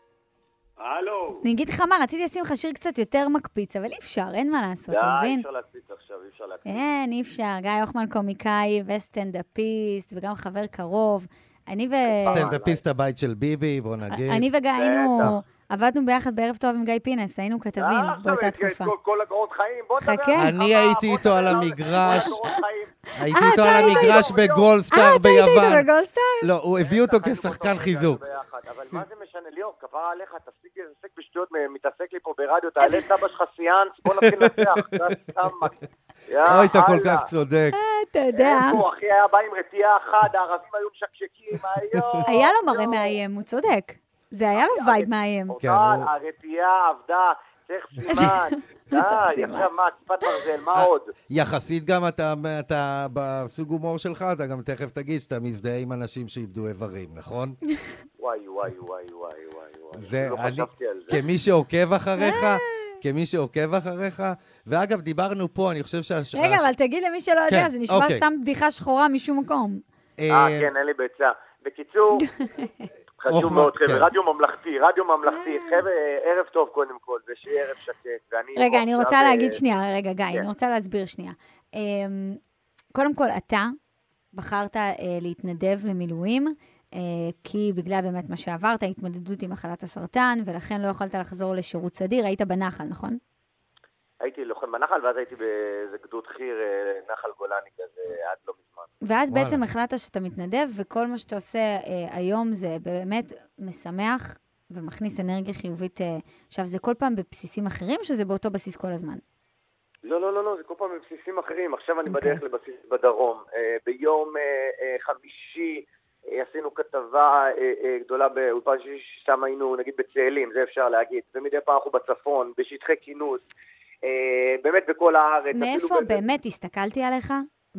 S5: הלו.
S2: אני אגיד לך מה, רציתי לשים לך שיר קצת יותר מקפיץ, אבל אי אפשר, אין מה לעשות, אתה מבין?
S5: אי אפשר להקפיץ עכשיו, אי אפשר להקפיץ.
S2: אין, אי אפשר. גיא יוחמן קומיקאי וסטנדאפיסט, וגם חבר קרוב. אני ו...
S3: סטנדאפיסט הבית של ביבי, בוא נגיד.
S2: אני וגיא היינו, עבדנו ביחד בערב טוב עם גיא פינס, היינו כתבים באותה תקופה.
S5: כל הקורות חיים, בוא נדבר.
S3: אני הייתי איתו על המגרש, הייתי איתו על המגרש בגולדסטאר ביוון.
S2: אתה היית בגולדסטאר?
S3: לא, הוא הביא אותו כשחקן חיזוק.
S5: אבל מה זה משנה, ליאור, כפרה עליך, תפסיק להתעסק בשטויות, מתעסק לי פה ברדיו, תעלה סבא שלך סיאנס, בוא נתחיל לנצח.
S3: אוי, אתה כל כך צודק.
S2: אתה יודע.
S5: אחי היה בא עם רתיעה אחת, הערבים היו משקשקים, היום.
S2: היה לו מראה מאיים, הוא צודק. זה היה לו וייב מאיים.
S5: הרתיעה עבדה, צריך סימן. די, עכשיו מה, כיפת ברזל, מה עוד?
S3: יחסית גם אתה בסוג הומור שלך, אתה גם תכף תגיד שאתה מזדהה עם אנשים שאיבדו איברים, נכון?
S5: וואי, וואי, וואי, וואי, וואי.
S3: זה,
S5: לא חשבתי על זה.
S3: כמי שעוקב אחריך, כמי שעוקב אחריך, ואגב, דיברנו פה, אני חושב שה...
S2: רגע, אבל תגיד למי שלא יודע, זה נשמע סתם בדיחה שחורה משום מקום.
S5: אה, כן, אין לי ביצה. בקיצור, חשוב מאוד, חבר'ה, רדיו ממלכתי, רדיו ממלכתי, חבר'ה, ערב טוב קודם כל, ושיהיה ערב שקט.
S2: רגע, אני רוצה להגיד שנייה, רגע, גיא, אני רוצה להסביר שנייה. קודם כל, אתה בחרת להתנדב למילואים, כי בגלל באמת מה שעברת, התמודדות עם מחלת הסרטן, ולכן לא יכולת לחזור לשירות סדיר, היית בנחל, נכון?
S5: הייתי לוחם בנחל, ואז הייתי באיזה גדוד חיר, נחל גולני כזה, עד לא מזמן.
S2: ואז בעצם החלטת שאתה מתנדב, וכל מה שאתה עושה היום זה באמת משמח, ומכניס אנרגיה חיובית. עכשיו, זה כל פעם בבסיסים אחרים, שזה באותו בסיס כל הזמן?
S5: לא, לא, לא, לא, זה כל פעם בבסיסים אחרים. עכשיו אני בדרך לבסיס בדרום. ביום חמישי עשינו כתבה גדולה באולפן שיש, שם היינו נגיד בצאלים, זה אפשר להגיד. ומדי פעם אנחנו בצפון, בשטחי כינוס, באמת בכל הארץ.
S2: מאיפה באמת הסתכלתי עליך?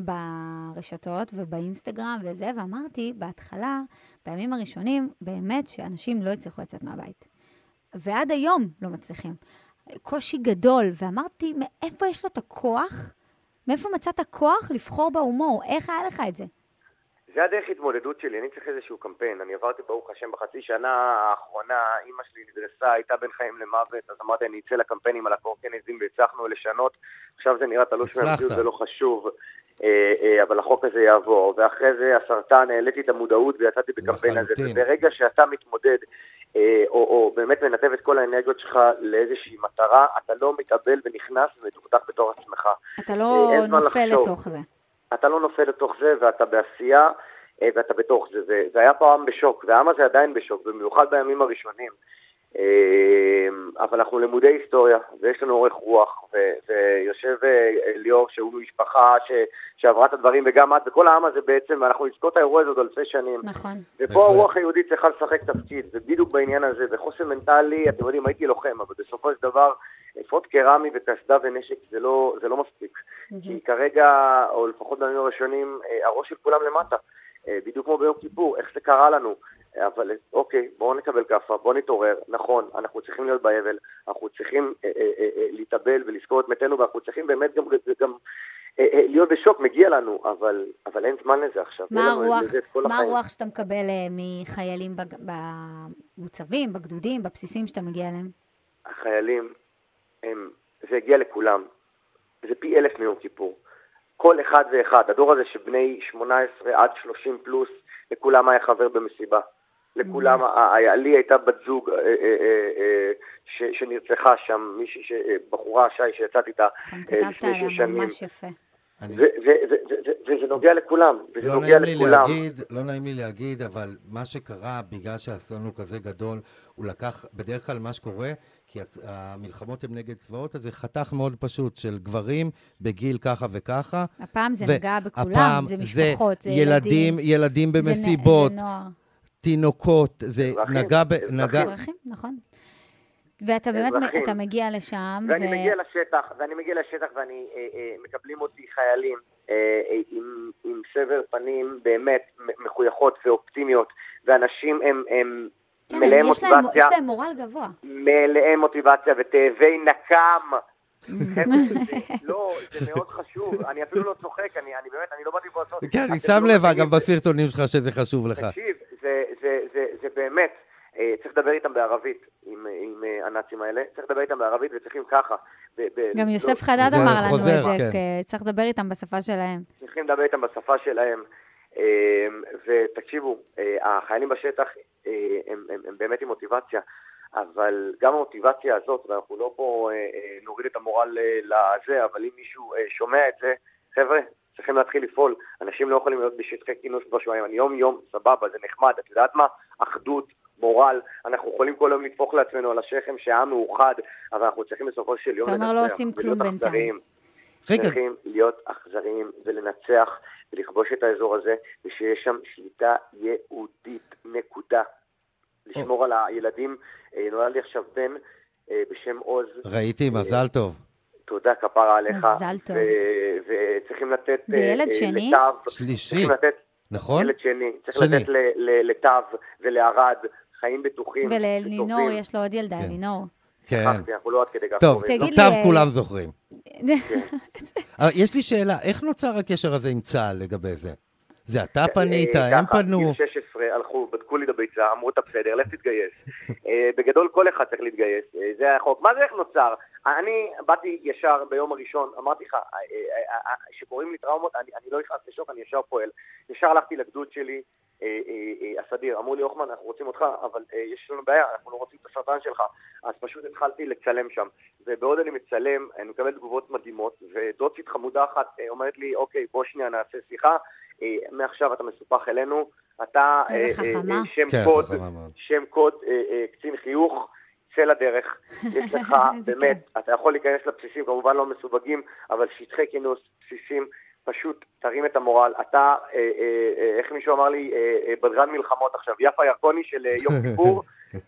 S2: ברשתות ובאינסטגרם וזה, ואמרתי בהתחלה, בימים הראשונים, באמת שאנשים לא הצליחו לצאת מהבית. ועד היום לא מצליחים. קושי גדול, ואמרתי, מאיפה יש לו את הכוח? מאיפה מצאת כוח לבחור בהומור? איך היה לך את זה?
S5: זה הדרך התמודדות שלי, אני צריך איזשהו קמפיין. אני עברתי ברוך השם בחצי שנה האחרונה, אמא שלי נדרסה, הייתה בין חיים למוות, אז אמרתי, אני אצא לקמפיינים על הקורקינזים והצלחנו לשנות. עכשיו זה נראה תלוש מהמציאות, זה לא חשוב. אבל החוק הזה יעבור, ואחרי זה הסרטן, העליתי את המודעות ויצאתי בקמפיין הזה, וברגע שאתה מתמודד, או, או באמת מנתב את כל האנרגיות שלך לאיזושהי מטרה, אתה לא מתאבל ונכנס ומתוכתך בתור עצמך.
S2: אתה לא נופל לתוך זה.
S5: אתה לא נופל לתוך זה, ואתה בעשייה, ואתה בתוך זה. זה, זה היה פעם בשוק, והעם הזה עדיין בשוק, במיוחד בימים הראשונים. אבל אנחנו למודי היסטוריה, ויש לנו אורך רוח, ויושב ליאור שהוא משפחה שעברה את הדברים, וגם את, וכל העם הזה בעצם, ואנחנו נזכור את האירוע הזה עוד אלפי שנים.
S2: נכון.
S5: ופה הרוח היהודית צריכה לשחק תפקיד, ובדיוק בעניין הזה, וחוסן מנטלי, אתם יודעים, הייתי לוחם, אבל בסופו של דבר, אפוד קרמי וקסדה ונשק, זה לא, זה לא מספיק. כי כרגע, או לפחות בימים הראשונים, הראש של כולם למטה. בדיוק כמו ביום כיפור, איך זה קרה לנו? אבל אוקיי, בואו נקבל כפה, בואו נתעורר, נכון, אנחנו צריכים להיות באבל, אנחנו צריכים אה, אה, אה, להתאבל ולזכור את מתנו, ואנחנו צריכים באמת גם, גם אה, אה, להיות בשוק, מגיע לנו, אבל, אבל אין זמן לזה עכשיו.
S2: מה הרוח, מה הרוח שאתה מקבל אה, מחיילים במוצבים, בגדודים, בבסיסים שאתה מגיע אליהם?
S5: החיילים, הם, זה הגיע לכולם, זה פי אלף מיום כיפור. כל אחד ואחד, הדור הזה שבני שמונה עשרה עד שלושים פלוס, לכולם היה חבר במסיבה. לכולם, לי הייתה בת זוג שנרצחה שם, מישהי, בחורה שי שיצאתי איתה
S2: לפני שש שנים. כתבת עליה ממש יפה.
S5: וזה נוגע לכולם, וזה נוגע לכולם.
S3: לא נעים לי להגיד, אבל מה שקרה, בגלל שהאסון הוא כזה גדול, הוא לקח, בדרך כלל מה שקורה, כי המלחמות הן נגד צבאות, אז זה חתך מאוד פשוט של גברים בגיל ככה וככה.
S2: הפעם זה נגע בכולם, זה משפחות, זה ילדים.
S3: ילדים במסיבות,
S2: זה נוער.
S3: תינוקות, זה נגע...
S2: אזרחים, נכון. ואתה באמת, אתה מגיע לשם.
S5: ואני מגיע לשטח, ואני מגיע לשטח ואני, מקבלים אותי חיילים עם סבר פנים באמת מחויכות ואופטימיות, ואנשים הם מלאי מוטיבציה.
S2: יש להם מורל גבוה.
S5: מלאי מוטיבציה ותאבי נקם. לא, זה מאוד חשוב, אני אפילו לא צוחק, אני באמת, אני לא באתי פה לעשות.
S3: כן, אני שם לב גם בסרטונים שלך שזה חשוב לך.
S5: תקשיב, זה באמת, צריך לדבר איתם בערבית, עם הנאצים האלה, צריך לדבר איתם בערבית וצריכים ככה.
S2: גם יוסף חדד אמר לנו את זה, צריך לדבר איתם בשפה שלהם.
S5: צריכים לדבר איתם בשפה שלהם, ותקשיבו, החיילים בשטח הם באמת עם מוטיבציה, אבל גם המוטיבציה הזאת, ואנחנו לא פה נוריד את המורל לזה, אבל אם מישהו שומע את זה, חבר'ה, צריכים להתחיל לפעול. אנשים לא יכולים להיות בשטחי כינוס בשבועיים. אני יום יום, סבבה, זה נחמד. את יודעת מה? אחדות, מורל. אנחנו יכולים כל יום לתפוך לעצמנו על השכם שהעם מאוחד, אבל אנחנו צריכים בסופו של יום
S2: לנצח. אתה אומר לא עושים כלום בינתיים.
S5: צריכים להיות אכזריים ולנצח ולכבוש את האזור הזה, ושיש שם שליטה יהודית, נקודה. לשמור על הילדים. נולד לי עכשיו בן בשם עוז.
S3: ראיתי, מזל טוב.
S5: תודה כפרה עליך.
S2: מזל טוב.
S5: וצריכים לתת...
S2: זה ילד שני?
S3: שלישי. נכון?
S5: ילד שני. צריך לתת לטב ולערד חיים בטוחים.
S2: וללינור יש לו עוד ילדה, לינור.
S3: כן.
S5: אנחנו לא עד כדי כך
S3: טוב,
S5: קוראים.
S3: טב כולם זוכרים. יש לי שאלה, איך נוצר הקשר הזה עם צה"ל לגבי זה? זה אתה פנית, הם פנו?
S5: גיל שש עשרה הלכו, בדקו לי את הביצה, אמרו את בסדר, לך תתגייס. בגדול כל אחד צריך להתגייס, זה החוק. מה זה איך נוצר? אני באתי ישר ביום הראשון, אמרתי לך, שקוראים לי טראומות, אני לא נכנס לשוק, אני ישר פועל. ישר הלכתי לגדוד שלי, הסדיר, אמרו לי, אוחמן, אנחנו רוצים אותך, אבל יש לנו בעיה, אנחנו לא רוצים את הסרטן שלך. אז פשוט התחלתי לצלם שם. ובעוד אני מצלם, אני מקבל תגובות מדהימות, ודוצית חמודה אחת אומרת לי, אוקיי, בוא שנייה נעשה שיחה, מעכשיו אתה מסופח אלינו, אתה שם קוד, שם קוד, קצין חיוך, צא לדרך, יש לך באמת, אתה יכול להיכנס לבסיסים, כמובן לא מסווגים, אבל שטחי כינוס, בסיסים, פשוט תרים את המורל. אתה, איך מישהו אמר לי, בדרן מלחמות עכשיו, יפה ירקוני של יום כיפור,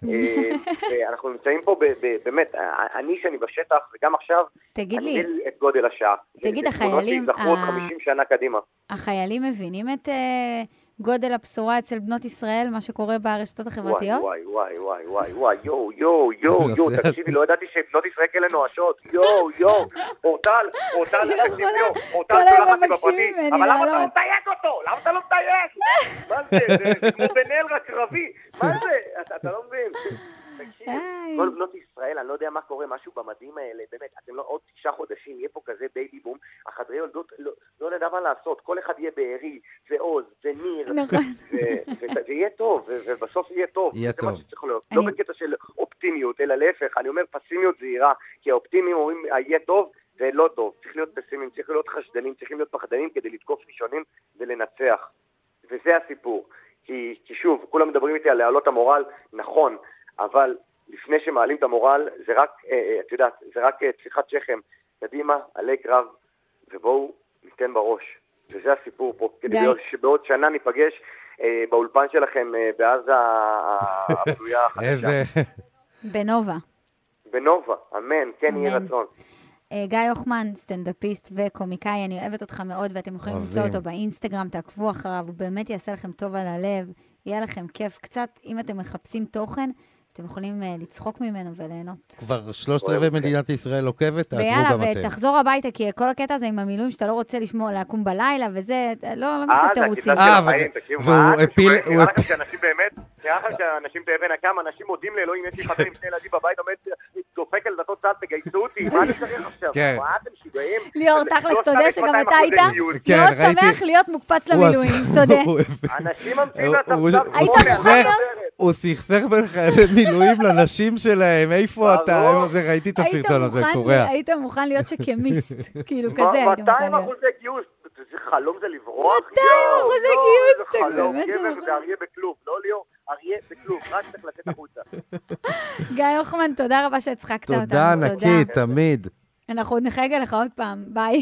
S5: ואנחנו נמצאים פה באמת, אני שאני בשטח, וגם עכשיו,
S2: תגיד לי,
S5: אני מבין את גודל השעה.
S2: תגיד, החיילים,
S5: זכרו עוד חמישים שנה קדימה.
S2: החיילים מבינים את גודל הבשורה אצל בנות ישראל, מה שקורה ברשתות החברתיות?
S5: וואי, וואי, וואי, וואי, וואי, יו, יו, יו, יו, תקשיבי, לא ידעתי שבנות ישראל כאלה נואשות, יו, יו, פורטל, פורטל, פורטל שולחת לי בפרטי, אבל למה אתה לא מתייק אותו? למה אתה לא מתייק? מה זה? זה כמו בנאל רק קרבי, מה זה? אתה לא מבין. תקשיב, כל בנות ישראל, אני לא יודע מה קורה, משהו במדים האלה, באמת, אתם לא עוד תשעה חודשים, יהיה פה כזה בייבי בום, החדרי יולדות, לא יודע מה לעשות, כל אחד יהיה בארי, ועוז, וניר, ויהיה טוב, ובסוף יהיה טוב.
S3: יהיה טוב.
S5: לא בקטע של אופטימיות, אלא להפך, אני אומר פסימיות זהירה, כי האופטימיים אומרים, יהיה טוב, זה לא טוב, צריך להיות פסימיים, צריך להיות חשדנים, צריכים להיות פחדנים כדי לתקוף ראשונים ולנצח. וזה הסיפור. כי, כי שוב, כולם מדברים איתי על להעלות המורל, נכון, אבל לפני שמעלים את המורל, זה רק, אה, את יודעת, זה רק צריכת שכם. קדימה, עלי קרב, ובואו ניתן בראש. וזה הסיפור פה. כדי שבעוד שנה ניפגש אה, באולפן שלכם, אה, בעזה הפלויה החדשה.
S3: איזה...
S2: בנובה.
S5: בנובה, אמן, כן יהיה רצון.
S2: גיא אוחמן, סטנדאפיסט וקומיקאי, אני אוהבת אותך מאוד, ואתם יכולים למצוא אותו באינסטגרם, תעקבו אחריו, הוא באמת יעשה לכם טוב על הלב, יהיה לכם כיף קצת, אם אתם מחפשים תוכן, שאתם יכולים לצחוק ממנו וליהנות.
S3: כבר שלושת רבעי מדינת ישראל עוקבת, תעקבו גם
S2: ויאללה,
S3: אתם.
S2: ותחזור הביתה, כי כל הקטע הזה עם המילואים, שאתה לא רוצה לשמוע, לקום בלילה, וזה, לא, לא מצא תירוצים.
S5: אה, והוא הפיל... נראה לכם שאנשים באמת, נראה לכם שאנשים באבן הקם, אנשים מודים לאלוהים, יש לי חברים, שני ילדים בבית, עומד, דופק על דלתות צה"ל, תגייסו אותי, מה אני צריך עכשיו? מה אתם שיגעים?
S2: ליאור, תכלס, תודה שגם אתה היית מאוד שמח להיות מוקפץ למילואים, תודה.
S5: אנשים ממציאים לעצמם,
S3: הוא סכסך בין חיילי מילואים לנשים שלהם, איפה אתה? ראיתי את הסרטון הזה, קורע.
S2: היית מוכן להיות שקמיסט, כאילו כזה היית מוכן להיות.
S5: מאתיים אחוזי גיוס, זה חלום זה לברוח.
S2: מאתיים אחוזי גיוס,
S5: זה חלום, גבר זה אריה בכלוב, לא ליאור, אריה בכלוב, רק צריך לצאת החוצה.
S2: גיא אוחמן, תודה רבה שהצחקת אותנו.
S3: תודה ענקית, תמיד.
S2: אנחנו עוד נחג עליך עוד פעם, ביי.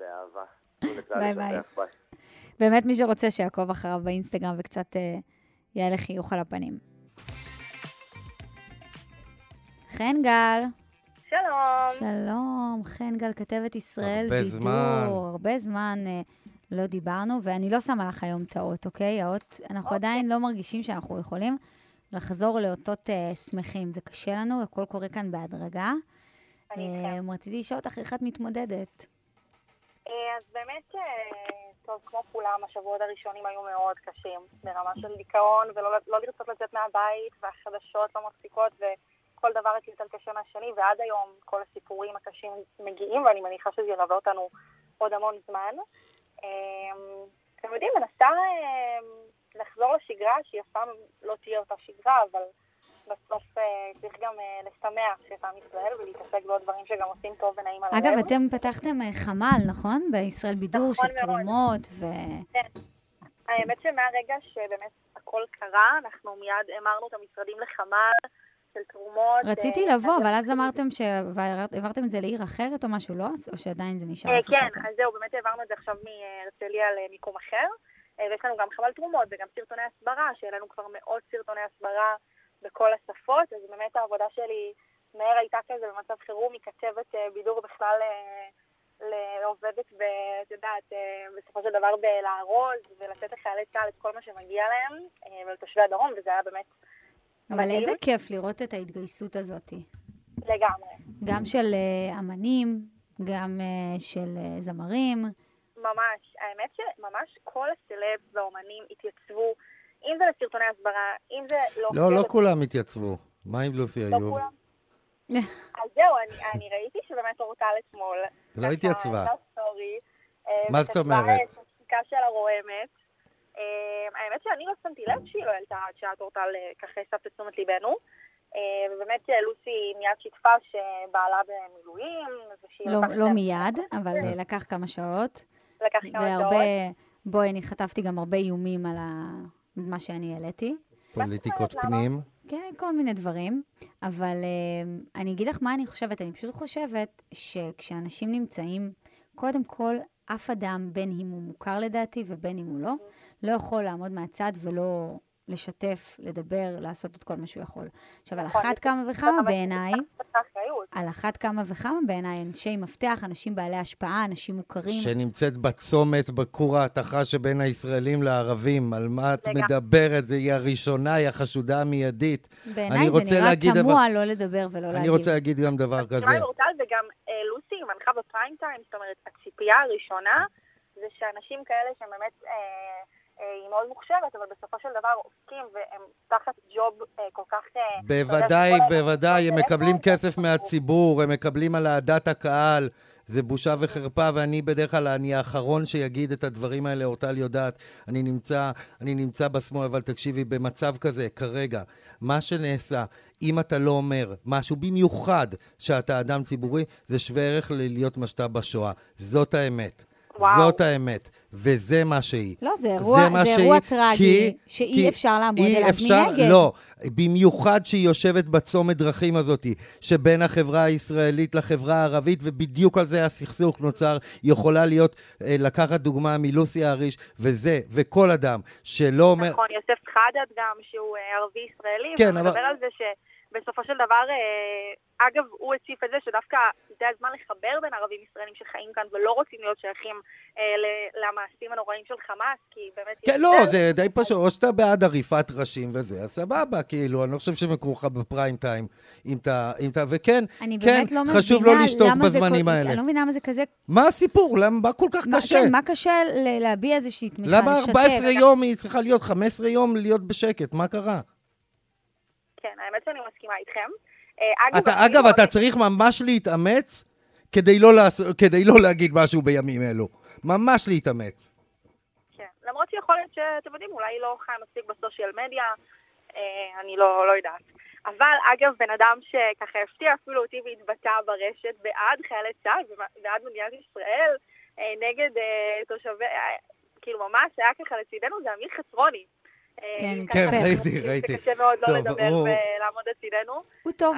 S5: באהבה.
S2: ביי ביי. באמת מי שרוצה שיעקוב אחריו באינסטגרם וקצת יעלה חיוך על הפנים. חן גל.
S6: שלום.
S2: שלום, חן גל, כתבת ישראל
S3: הרבה
S2: בידור.
S3: זמן.
S2: הרבה זמן לא דיברנו, ואני לא שמה לך היום טעות, אוקיי? האות, אנחנו עדיין לא מרגישים שאנחנו יכולים לחזור לאותות שמחים. זה קשה לנו, הכל קורה כאן בהדרגה. רציתי לשאול אותך איך את מתמודדת.
S6: אז באמת, טוב, כמו כולם, השבועות הראשונים היו מאוד קשים, ברמה של דיכאון, ולא לא לרצות לצאת מהבית, והחדשות לא מפסיקות, וכל דבר אצלי יותר קשה מהשני, ועד היום כל הסיפורים הקשים מגיעים, ואני מניחה שזה ילווה אותנו עוד המון זמן. אתם יודעים, מנסה לחזור לשגרה, שהיא אף פעם לא תהיה אותה שגרה, אבל בסוף צריך גם לשמח שאת עם ישראל ולהתעסק בעוד דברים שגם עושים טוב ונעים על הלב.
S2: אגב, אתם פתחתם חמ"ל, נכון? בישראל בידור של תרומות ו...
S6: כן. האמת שמהרגע שבאמת הכל קרה, אנחנו מיד אמרנו את המשרדים לחמ"ל של תרומות.
S2: רציתי לבוא, אבל אז אמרתם שהעברתם את זה לעיר אחרת או משהו, לא? או שעדיין זה נשאר לך
S6: שם? כן, אז זהו, באמת העברנו את זה עכשיו מהרצליה למיקום אחר, ויש לנו גם חמ"ל תרומות וגם סרטוני הסברה, שיהיה לנו כבר מאות סרטוני הסברה בכל השפות, אז באמת העבודה שלי מהר הייתה כזה במצב חירום, מקצבת בידור בכלל לעובדת, ואת יודעת, בסופו של דבר בלארוז, ולתת לחיילי צה"ל את כל מה שמגיע להם, ולתושבי הדרום, וזה היה באמת...
S2: אבל איזה כיף לראות את ההתגייסות הזאת.
S6: לגמרי.
S2: גם של אמנים, גם של זמרים.
S6: ממש. האמת שממש כל הסלב והאומנים התייצבו, אם זה לסרטוני הסברה, אם זה לא...
S3: לא, לא כולם התייצבו. מה עם לוסי איוב?
S6: לא כולם. אז זהו, אני ראיתי שבאמת אורטל אתמול.
S3: לא התייצבה.
S6: מה
S3: זאת אומרת?
S6: וכתבה את השתיקה של הרועמת. האמת שאני לא שמתי לב שהיא לא העלתה עד שעת אורטל ככה הסבת את תשומת ליבנו. ובאמת לוסי מיד שיתפה שבעלה במילואים.
S2: לא מיד, אבל לקח כמה שעות.
S6: לקח כמה שעות.
S2: בואי, אני חטפתי גם הרבה איומים על מה שאני העליתי.
S3: פוליטיקות פנים.
S2: כן, כל מיני דברים. אבל אני אגיד לך מה אני חושבת. אני פשוט חושבת שכשאנשים נמצאים, קודם כל, אף אדם, בין אם הוא מוכר לדעתי ובין אם הוא לא, לא יכול לעמוד מהצד ולא לשתף, לדבר, לעשות את כל מה שהוא יכול. עכשיו, על אחת כמה וכמה בעיניי, על אחת כמה וכמה בעיניי, אנשי מפתח, אנשים בעלי השפעה, אנשים מוכרים.
S3: שנמצאת בצומת, בכור ההתחה שבין הישראלים לערבים, על מה את מדברת, זה היא הראשונה, היא החשודה המיידית.
S2: בעיניי זה נראה תמוה לא לדבר ולא להגיד.
S3: אני רוצה להגיד גם דבר כזה.
S6: וגם לוסי מנחה בפריים טיים, זאת אומרת, הציפייה הראשונה, זה שאנשים כאלה שבאמת... היא מאוד מוכשרת, אבל בסופו של דבר עוסקים, והם תחת ג'וב כל כך...
S3: בוודאי, בוודאי, הם מקבלים כסף מהציבור, הם מקבלים על העדת הקהל, זה בושה וחרפה, ואני בדרך כלל, אני האחרון שיגיד את הדברים האלה, אורטל יודעת, אני נמצא, אני נמצא בשמאל, אבל תקשיבי, במצב כזה, כרגע, מה שנעשה, אם אתה לא אומר משהו במיוחד שאתה אדם ציבורי, זה שווה ערך להיות משת"פ בשואה. זאת האמת. וואו. זאת האמת, וזה מה שהיא.
S2: לא, זה אירוע, זה זה אירוע טרגי, כי, שאי כי אפשר לעמוד אליו מנגד.
S3: לא, במיוחד שהיא יושבת בצומת דרכים הזאת, שבין החברה הישראלית לחברה הערבית, ובדיוק על זה הסכסוך נוצר, יכולה להיות, לקחת דוגמה מלוסי האריש, וזה, וכל אדם שלא אומר...
S6: נכון, יוסף חדד גם, שהוא ערבי ישראלי, כן, ומדבר אבל... על זה ש... בסופו של דבר, אגב, הוא הציף את זה שדווקא זה הזמן לחבר בין ערבים ישראלים שחיים כאן ולא רוצים להיות שייכים למעשים הנוראים של חמאס, כי באמת...
S3: כן, לא, זה די פשוט, או שאתה בעד עריפת ראשים וזה, אז סבבה, כאילו, אני לא חושב שמקורך בפריים טיים, אם אתה, וכן, כן, חשוב לא לשתוק בזמנים האלה.
S2: אני לא מבינה מה זה כזה...
S3: מה הסיפור? מה כל כך קשה?
S2: כן, מה קשה להביע איזושהי תמיכה, לשתף?
S3: למה ארבעה עשר יום היא צריכה להיות, חמישה עשר יום להיות בשקט? מה קרה?
S6: כן, האמת שאני מסכימה איתכם.
S3: אתה, אגב, אתה צריך ממש להתאמץ כדי לא, כדי לא להגיד משהו בימים אלו. ממש להתאמץ.
S6: כן, למרות שיכול להיות שאתם יודעים, אולי לא חי מספיק בסושיאל מדיה, אני לא, לא יודעת. אבל, אגב, בן אדם שככה הפתיע אפילו אותי והתבטא ברשת בעד חיילי צה"ל ובעד מדינת ישראל, נגד תושבי, כאילו ממש היה ככה לצידנו, זה אמיר חצרוני.
S3: כן, ראיתי, ראיתי.
S6: זה קשה מאוד לא לדבר ולעמוד לצידנו.
S2: הוא טוב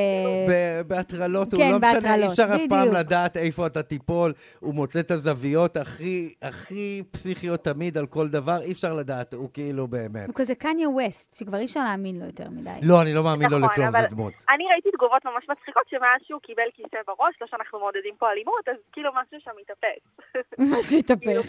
S3: בהטרלות, הוא לא משנה, אי אפשר אף פעם לדעת איפה אתה תיפול, הוא מוצא את הזוויות הכי פסיכיות תמיד על כל דבר, אי אפשר לדעת, הוא כאילו באמת.
S2: הוא כזה קניה ווסט, שכבר אי אפשר להאמין לו יותר מדי.
S3: לא, אני לא מאמין לו לכלום, זה דמות.
S6: אני ראיתי תגובות ממש מצחיקות שמאז שהוא קיבל כיסא בראש, לא שאנחנו מעודדים פה אלימות, אז כאילו משהו שם מתאפס.
S2: משהו מתאפס.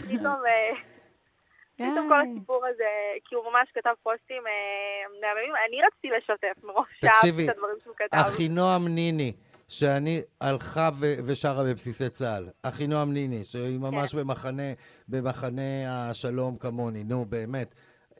S6: פתאום כל הסיפור הזה, כי הוא ממש כתב פוסטים מהממים, אני רציתי לשתף מראש שאהבתי את הדברים שהוא כתב.
S3: אחינועם ניני, שאני הלכה ושרה בבסיסי צה"ל, אחינועם ניני, שהיא ממש במחנה, במחנה השלום כמוני, נו באמת.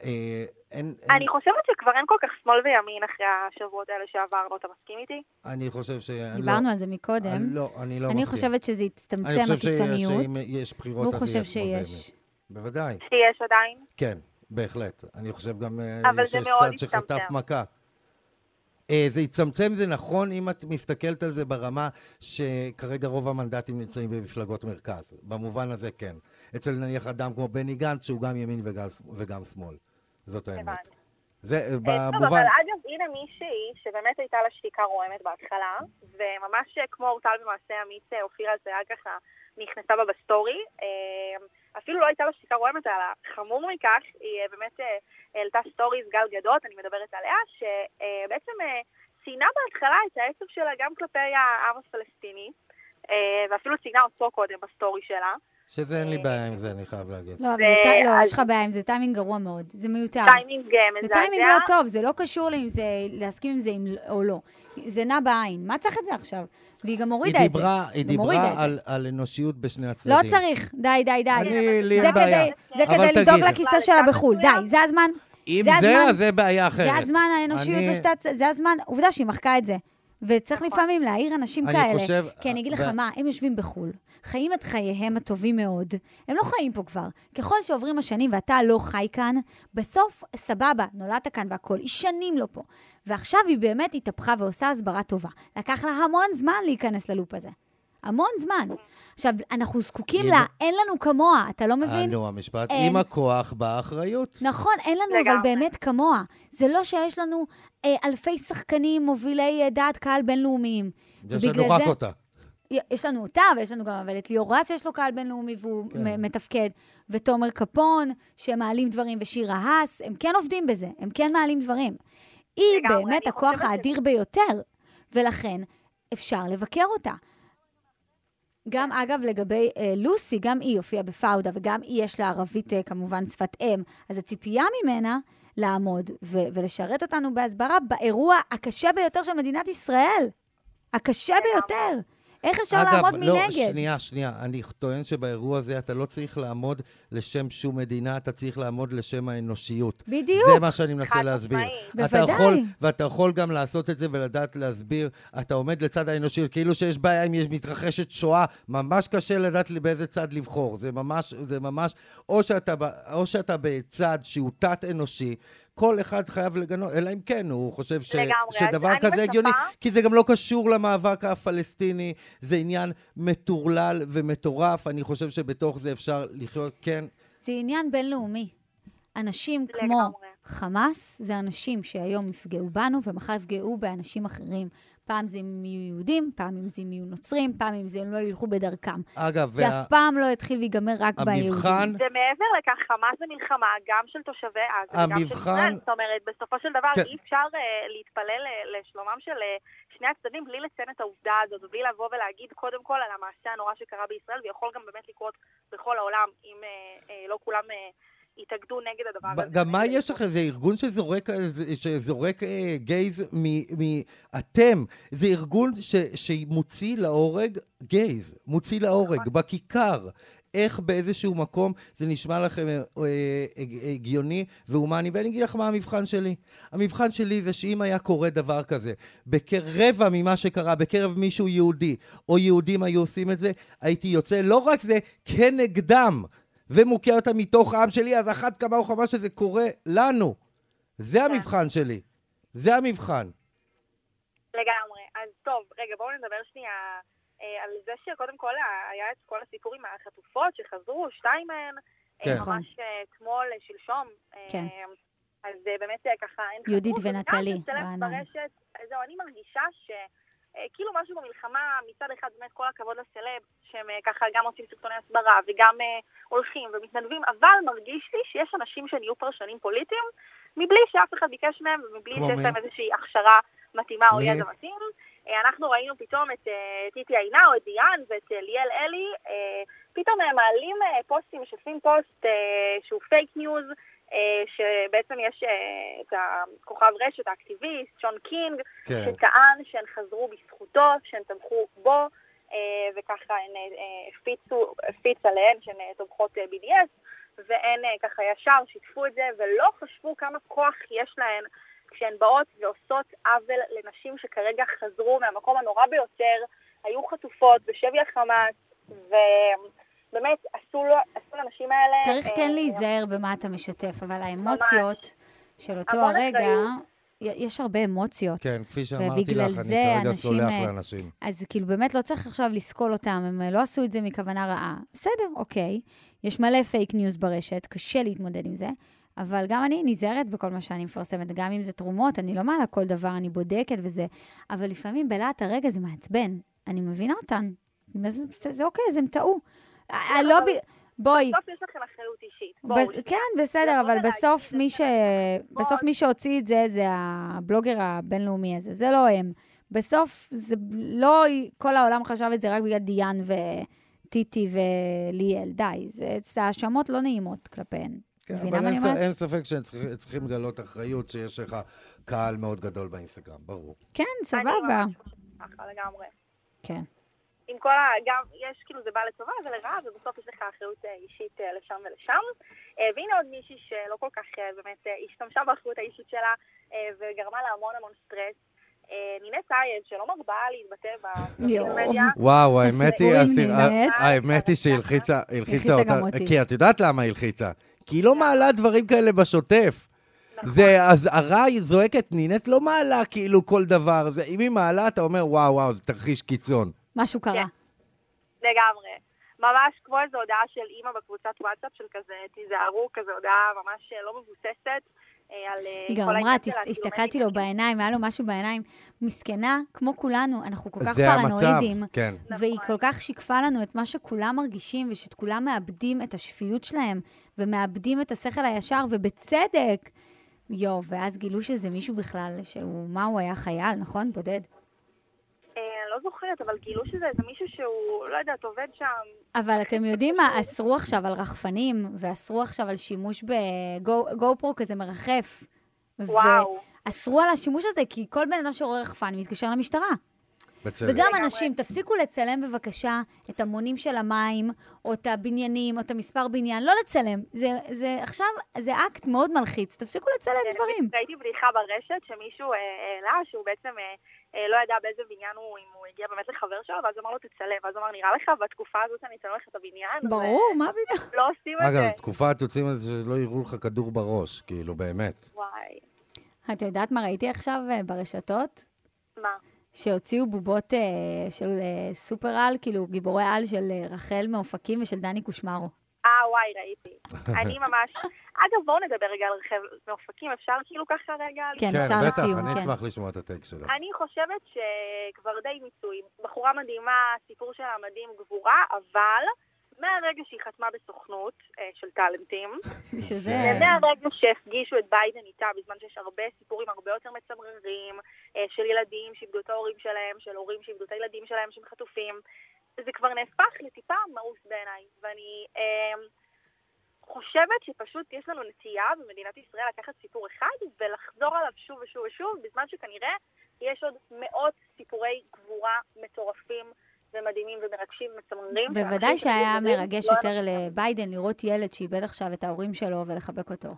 S6: אני חושבת שכבר אין כל כך שמאל וימין אחרי השבועות האלה שעברנו, אתה מסכים איתי?
S3: אני חושב ש...
S2: דיברנו על זה מקודם.
S3: לא, אני לא מסכים.
S2: אני חושבת שזה יצטמצם הקיצוניות.
S3: אני חושב שיש בחירות,
S2: והוא חושב שיש.
S3: בוודאי.
S6: שיש עדיין?
S3: כן, בהחלט. אני חושב גם
S6: שיש צד
S3: שחטף מכה. זה יצמצם, זה נכון, אם את מסתכלת על זה ברמה שכרגע רוב המנדטים נמצאים במפלגות מרכז. במובן הזה כן. אצל נניח אדם כמו בני גנץ, שהוא גם ימין וגם שמאל. זאת האמת. זה במובן...
S6: אבל אגב, הנה מישהי שבאמת הייתה לה שתיקה רועמת בהתחלה, וממש כמו אורטל במעשה עמית אופירה זה היה ככה נכנסה בה בסטורי, אפילו לא הייתה לה שתיקה רועמת, אלא חמור מכך, היא באמת העלתה סטוריז גל גדות, אני מדברת עליה, שבעצם ציינה בהתחלה את העצב שלה גם כלפי העם הפלסטיני, ואפילו ציינה אותו קודם בסטורי שלה.
S3: שזה אין לי בעיה עם זה, אני חייב להגיד.
S2: לא, יש לך בעיה עם זה, טיימינג גרוע מאוד, זה מיותר.
S6: טיימינג מזעזע.
S2: זה טיימינג לא טוב, זה לא קשור להסכים עם זה או לא. זה נע בעין, מה צריך את זה עכשיו? והיא גם הורידה את זה.
S3: היא דיברה על אנושיות בשני הצדדים.
S2: לא צריך, די, די, די.
S3: אני, לי אין בעיה.
S2: זה כדי לדאוג לכיסא שלה בחול, די, זה הזמן.
S3: אם זה, אז זה בעיה אחרת.
S2: זה הזמן, האנושיות, זה הזמן, עובדה שהיא מחקה את זה. וצריך לפעמים להעיר אנשים כאלה. חושב, כי אני אגיד לך מה, הם יושבים בחול, חיים את חייהם הטובים מאוד, הם לא חיים פה כבר. ככל שעוברים השנים ואתה לא חי כאן, בסוף סבבה, נולדת כאן והכל, היא שנים לא פה. ועכשיו היא באמת התהפכה ועושה הסברה טובה. לקח לה המון זמן להיכנס ללופ הזה. המון זמן. עכשיו, אנחנו זקוקים לה, אין לנו כמוה, אתה לא מבין?
S3: נו, המשפט, עם הכוח באחריות.
S2: נכון, אין לנו אבל באמת כמוה. זה לא שיש לנו אלפי שחקנים מובילי דעת קהל בינלאומיים.
S3: יש לנו רק אותה.
S2: יש לנו אותה, ויש לנו גם, אבל את ליאור רץ יש לו קהל בינלאומי, והוא מתפקד. ותומר קפון, שהם מעלים דברים, ושירה האס, הם כן עובדים בזה, הם כן מעלים דברים. היא באמת הכוח האדיר ביותר, ולכן אפשר לבקר אותה. גם, אגב, לגבי אה, לוסי, גם היא הופיעה בפאודה, וגם היא יש לה ערבית, אה, כמובן, שפת אם. אז הציפייה ממנה לעמוד ו- ולשרת אותנו בהסברה באירוע הקשה ביותר של מדינת ישראל. הקשה ביותר. איך אפשר
S3: אגב,
S2: לעמוד
S3: לא,
S2: מנגד?
S3: שנייה, שנייה. אני טוען שבאירוע הזה אתה לא צריך לעמוד לשם שום מדינה, אתה צריך לעמוד לשם האנושיות.
S2: בדיוק.
S3: זה מה שאני מנסה להסביר.
S2: בוודאי.
S3: אתה יכול, ואתה יכול גם לעשות את זה ולדעת להסביר, אתה עומד לצד האנושיות, כאילו שיש בעיה אם יש מתרחשת שואה, ממש קשה לדעת באיזה צד לבחור. זה ממש, זה ממש, או שאתה, או שאתה בצד שהוא תת-אנושי, כל אחד חייב לגנות, אלא אם כן, הוא חושב ש... שדבר כזה הגיוני, כי זה גם לא קשור למאבק הפלסטיני, זה עניין מטורלל ומטורף, אני חושב שבתוך זה אפשר לחיות, כן.
S2: זה עניין בינלאומי. אנשים כמו חמאס, זה אנשים שהיום יפגעו בנו, ומחר יפגעו באנשים אחרים. פעם זה אם יהיו יהודים, פעם אם זה אם יהיו נוצרים, פעם אם זה לא ילכו בדרכם.
S3: אגב,
S2: זה אף פעם לא יתחיל ויגמר רק ביהודים.
S6: זה מעבר לכך, חמאס זה מלחמה גם של תושבי עזה, גם של ישראל. זאת אומרת, בסופו של דבר אי אפשר להתפלל לשלומם של שני הצדדים בלי לציין את העובדה הזאת, ובלי לבוא ולהגיד קודם כל על המעשה הנורא שקרה בישראל, ויכול גם באמת לקרות בכל העולם, אם לא כולם התאגדו נגד הדבר הזה.
S3: גם מה יש לכם? זה ארגון שזורק, שזורק גייז מאתם. זה ארגון שמוציא להורג גייז, מוציא להורג בכיכר. איך באיזשהו מקום זה נשמע לכם הגיוני והומני, ואני אגיד לך מה המבחן שלי. המבחן שלי זה שאם היה קורה דבר כזה, בקרבע ממה שקרה, בקרב מישהו יהודי, או יהודים היו עושים את זה, הייתי יוצא לא רק זה, כנגדם, ומוקע אותה מתוך העם שלי, אז אחת כמה וכמה שזה קורה לנו. זה המבחן שלי. זה המבחן.
S6: לגמרי. אז טוב, רגע, בואו נדבר שנייה על זה שקודם כל היה את כל הסיפור עם החטופות שחזרו, שתיים מהן, ממש אתמול, שלשום.
S2: כן.
S6: אז באמת ככה אין חטוף.
S2: יהודית ונטלי.
S6: זהו, אני מרגישה ש... כאילו משהו במלחמה, מצד אחד באמת כל הכבוד לסלב, שהם ככה גם עושים סרטוני הסברה וגם אה, הולכים ומתנדבים, אבל מרגיש לי שיש אנשים שנהיו פרשנים פוליטיים, מבלי שאף אחד ביקש מהם, ומבלי שיש להם איזושהי הכשרה מתאימה או ידע מתאים. אה, אנחנו ראינו פתאום את אה, טיטי עינה או את דיאן ואת אה, ליאל אלי, אה, פתאום הם מעלים אה, פוסטים, משתפים פוסט אה, שהוא פייק ניוז, שבעצם יש את הכוכב רשת, האקטיביסט, שון קינג, כן. שטען שהן חזרו בזכותו, שהן תמכו בו, וככה הן הפיצו, הפיץ עליהן שהן תומכות בי די אס, והן ככה ישר שיתפו את זה, ולא חשבו כמה כוח יש להן כשהן באות ועושות עוול לנשים שכרגע חזרו מהמקום הנורא ביותר, היו חטופות בשבי החמאס, ו... באמת, עשו לאנשים האלה...
S2: צריך כן להיזהר במה אתה משתף, אבל האמוציות של אותו הרגע, יש הרבה אמוציות.
S3: כן, כפי שאמרתי לך, אני כרגע סולח לאנשים.
S2: אז כאילו באמת לא צריך עכשיו לסקול אותם, הם לא עשו את זה מכוונה רעה. בסדר, אוקיי, יש מלא פייק ניוז ברשת, קשה להתמודד עם זה, אבל גם אני נזהרת בכל מה שאני מפרסמת, גם אם זה תרומות, אני לא מעלה כל דבר, אני בודקת וזה, אבל לפעמים בלעת הרגע זה מעצבן, אני מבינה אותן, זה, זה, זה אוקיי, זה הם טעו. לא ב... בואי.
S6: בסוף יש לכם אחריות אישית.
S2: כן, בסדר, אבל בסוף מי ש... בסוף מי שהוציא את זה, זה הבלוגר הבינלאומי הזה, זה לא הם. בסוף זה לא... כל העולם חשב את זה רק בגלל דיין וטיטי וליאל, די. זה האשמות לא נעימות כלפיהן.
S3: כן, אבל אין, אין ספק שצריכים לגלות אחריות שיש לך קהל מאוד גדול באינסטגרם, ברור.
S2: כן, סבבה.
S6: אני ממש ככה לגמרי.
S2: כן.
S6: עם כל ה... גם יש, כאילו, זה בא לטובה ולרעה, ובסוף יש לך אחריות אישית לשם ולשם. והנה עוד מישהי שלא כל כך באמת השתמשה באחריות האישית שלה, וגרמה לה המון המון סטרס. נינת טייב, שלא מרבה להתבטא במדיה.
S3: וואו, האמת היא שהלחיצה אותה. כי את יודעת למה היא הלחיצה? כי היא לא מעלה דברים כאלה בשוטף. אז הרעי זועקת, נינת לא מעלה כאילו כל דבר. אם היא מעלה, אתה אומר, וואו, וואו, זה תרחיש קיצון.
S2: משהו קרה.
S6: לגמרי. ממש כמו איזו הודעה של אימא בקבוצת וואטסאפ של כזה, תיזהרו, כזה הודעה ממש לא מבוססת.
S2: היא גם אמרה, הסתכלתי לו בעיניים, היה לו משהו בעיניים, מסכנה, כמו כולנו, אנחנו כל כך פרנואידים, והיא כל כך שיקפה לנו את מה שכולם מרגישים, ושכולם מאבדים את השפיות שלהם, ומאבדים את השכל הישר, ובצדק, יו, ואז גילו שזה מישהו בכלל, שהוא, מה הוא היה חייל, נכון? בודד.
S6: לא זוכרת, אבל גילו שזה איזה מישהו שהוא, לא יודעת, עובד שם.
S2: אבל אתם יודעים מה, אסרו עכשיו על רחפנים, ואסרו עכשיו על שימוש בגו פרו כזה מרחף.
S6: וואו.
S2: ואסרו על השימוש הזה, כי כל בן אדם שרואה רחפן מתקשר למשטרה. וגם אנשים, תפסיקו לצלם בבקשה את המונים של המים, או את הבניינים, או את המספר בניין, לא לצלם. זה, זה, עכשיו, זה אקט מאוד מלחיץ, תפסיקו לצלם דברים.
S6: ראיתי בדיחה ברשת שמישהו העלה, שהוא בעצם לא ידע באיזה בניין הוא, אם הוא הגיע באמת לחבר שלו, ואז אמר לו תצלם, ואז אמר, נראה לך, בתקופה הזאת אני אצלם לך את הבניין.
S2: ברור, מה בדיוק?
S6: לא עושים את זה.
S3: אגב, תקופה תוצאים את זה שלא יראו לך כדור בראש, כאילו, באמת.
S6: וואי.
S2: את יודעת מה ראיתי עכשיו ברשתות?
S6: מה?
S2: שהוציאו בובות אה, של אה, סופר-על, כאילו גיבורי על של אה, רחל מאופקים ושל דני קושמרו.
S6: אה, וואי, ראיתי. אני ממש... אגב, בואו נדבר רגע על רחל מאופקים, אפשר כאילו ככה רגע?
S2: כן,
S3: כן,
S2: אפשר
S3: בטח,
S2: לסיום,
S3: אני
S2: כן.
S3: אשמח לשמוע את הטקסט שלך.
S6: אני חושבת שכבר די מיצוי. בחורה מדהימה, סיפור שלה מדהים, גבורה, אבל מהרגע שהיא חתמה בסוכנות אה, של טלנטים,
S2: שזה...
S6: מהרגע שהפגישו את ביידן איתה, בזמן שיש הרבה סיפורים הרבה יותר מצמררים, אה, של ילדים שאיבדו את ההורים שלהם, של הורים שאיבדו את הילדים שלהם שהם חטופים, זה כבר נהפך לטיפה מאוס בעיניי. ואני אה, חושבת שפשוט יש לנו נטייה במדינת ישראל לקחת סיפור אחד ולחזור עליו שוב ושוב ושוב, בזמן שכנראה יש עוד מאות סיפורי גבורה מטורפים, ומדהימים ומרגשים ומצמררים.
S2: בוודאי שהיה מרגש יותר לביידן לראות ילד שאיבד עכשיו את ההורים שלו ולחבק אותו.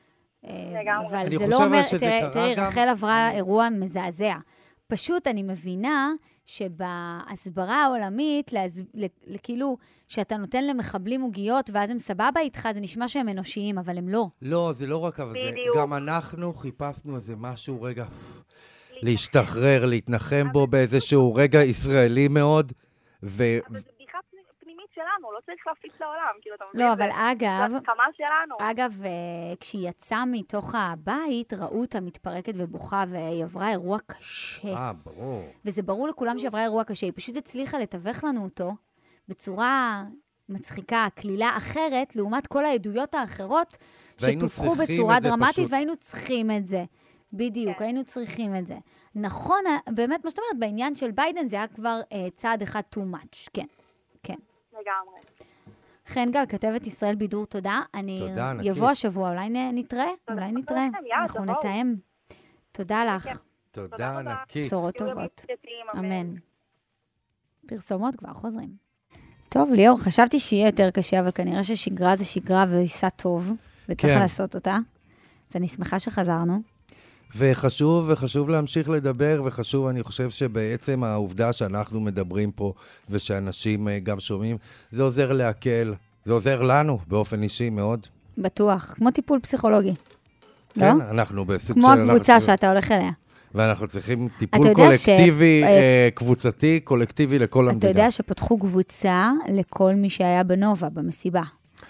S2: אבל זה לא אומר, תראי, רחל עברה אירוע מזעזע. פשוט אני מבינה שבהסברה העולמית, כאילו שאתה נותן למחבלים עוגיות ואז הם סבבה איתך, זה נשמע שהם אנושיים, אבל הם לא.
S3: לא, זה לא רק, אבל גם אנחנו חיפשנו איזה משהו רגע להשתחרר, להתנחם בו באיזשהו רגע ישראלי מאוד.
S6: אבל זו בדיחה פנימית שלנו, לא צריך להפיץ לעולם.
S2: לא, אבל אגב,
S6: זו הסכמה שלנו.
S2: אגב, כשהיא יצאה מתוך הבית, ראו אותה מתפרקת ובוכה, והיא עברה אירוע קשה.
S3: אה, ברור.
S2: וזה ברור לכולם שהיא עברה אירוע קשה. היא פשוט הצליחה לתווך לנו אותו בצורה מצחיקה, כלילה אחרת, לעומת כל העדויות האחרות, שתווכחו בצורה דרמטית, והיינו צריכים את זה. בדיוק, כן. היינו צריכים את זה. נכון, באמת, מה שאת אומרת, בעניין של ביידן זה היה כבר אה, צעד אחד too much. כן, כן.
S6: לגמרי.
S2: חן גל, כתבת ישראל בידור, תודה. אני
S3: תודה, ענקית.
S2: יבוא השבוע, אולי נתראה? אולי נתראה. אנחנו נתאם. תודה לך.
S3: תודה, ענקית.
S2: בשורות טובות. אמן. פרסומות כבר, חוזרים. טוב, ליאור, חשבתי שיהיה יותר קשה, אבל כנראה ששגרה זה שגרה ועיסה טוב, וצריך
S3: כן.
S2: לעשות אותה. אז אני שמחה שחזרנו.
S3: וחשוב, וחשוב להמשיך לדבר, וחשוב, אני חושב שבעצם העובדה שאנחנו מדברים פה, ושאנשים גם שומעים, זה עוזר להקל, זה עוזר לנו באופן אישי מאוד.
S2: בטוח, כמו טיפול פסיכולוגי.
S3: כן,
S2: לא?
S3: אנחנו בסוג
S2: כמו הקבוצה שאתה הולך אליה.
S3: ואנחנו צריכים טיפול קולקטיבי, ש... קבוצתי, קולקטיבי לכל המדינה.
S2: אתה יודע שפתחו קבוצה לכל מי שהיה בנובה, במסיבה.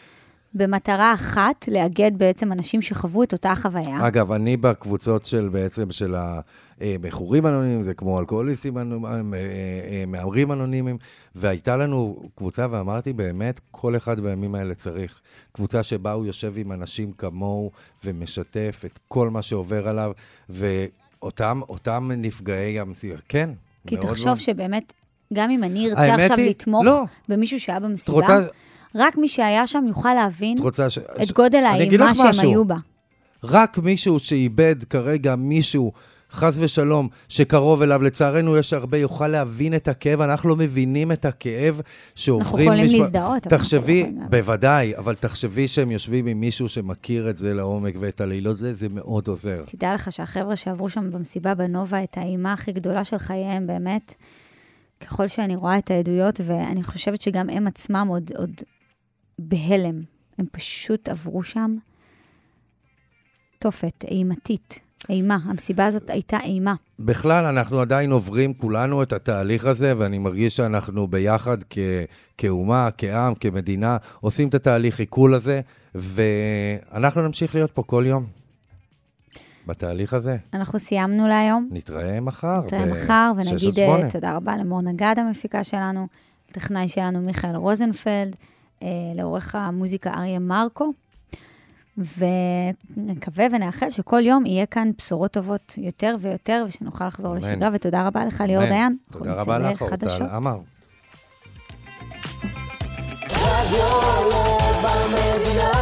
S2: במטרה אחת, לאגד בעצם אנשים שחוו את אותה חוויה.
S3: אגב, אני בקבוצות של בעצם של המכורים אנונימיים, זה כמו אלכוהוליסטים אנונימיים, מאמרים אנונימיים, והייתה לנו קבוצה, ואמרתי באמת, כל אחד בימים האלה צריך. קבוצה שבה הוא יושב עם אנשים כמוהו, ומשתף את כל מה שעובר עליו, ואותם אותם נפגעי המסיבה. כן,
S2: כי
S3: מאוד
S2: תחשוב
S3: מאוד.
S2: שבאמת, גם אם אני ארצה עכשיו
S3: היא,
S2: לתמוך
S3: לא.
S2: במישהו שהיה במסיבה,
S3: רוצה...
S2: רק מי שהיה שם יוכל להבין
S3: ש...
S2: את גודל האימה שהם משהו. היו בה.
S3: רק מישהו שאיבד כרגע מישהו, חס ושלום, שקרוב אליו, לצערנו יש הרבה, יוכל להבין את הכאב, אנחנו לא מבינים את הכאב שעוברים...
S2: אנחנו יכולים להזדהות.
S3: תחשבי, בוודאי, אבל תחשבי שהם יושבים עם מישהו שמכיר את זה לעומק ואת הלילות, זה, זה מאוד עוזר.
S2: תדע לך שהחבר'ה שעברו שם במסיבה בנובה, את האימה הכי גדולה של חייהם, באמת, ככל שאני רואה את העדויות, ואני חושבת שגם הם עצמם עוד, עוד בהלם. הם פשוט עברו שם תופת, אימתית. אימה. המסיבה הזאת הייתה אימה.
S3: בכלל, אנחנו עדיין עוברים כולנו את התהליך הזה, ואני מרגיש שאנחנו ביחד כ- כאומה, כעם, כמדינה, עושים את התהליך עיכול הזה, ואנחנו נמשיך להיות פה כל יום. בתהליך הזה.
S2: אנחנו סיימנו להיום.
S3: נתראה מחר.
S2: נתראה מחר, ונגיד תודה רבה למור נגד המפיקה שלנו, לטכנאי שלנו מיכאל רוזנפלד, לעורך המוזיקה אריה מרקו, ונקווה ונאחל שכל יום יהיה כאן בשורות טובות יותר ויותר, ושנוכל לחזור לשגרה, ותודה רבה לך ליאור דיין.
S3: תודה רבה לך, אורטל עמר.
S7: רדיו לב המדינה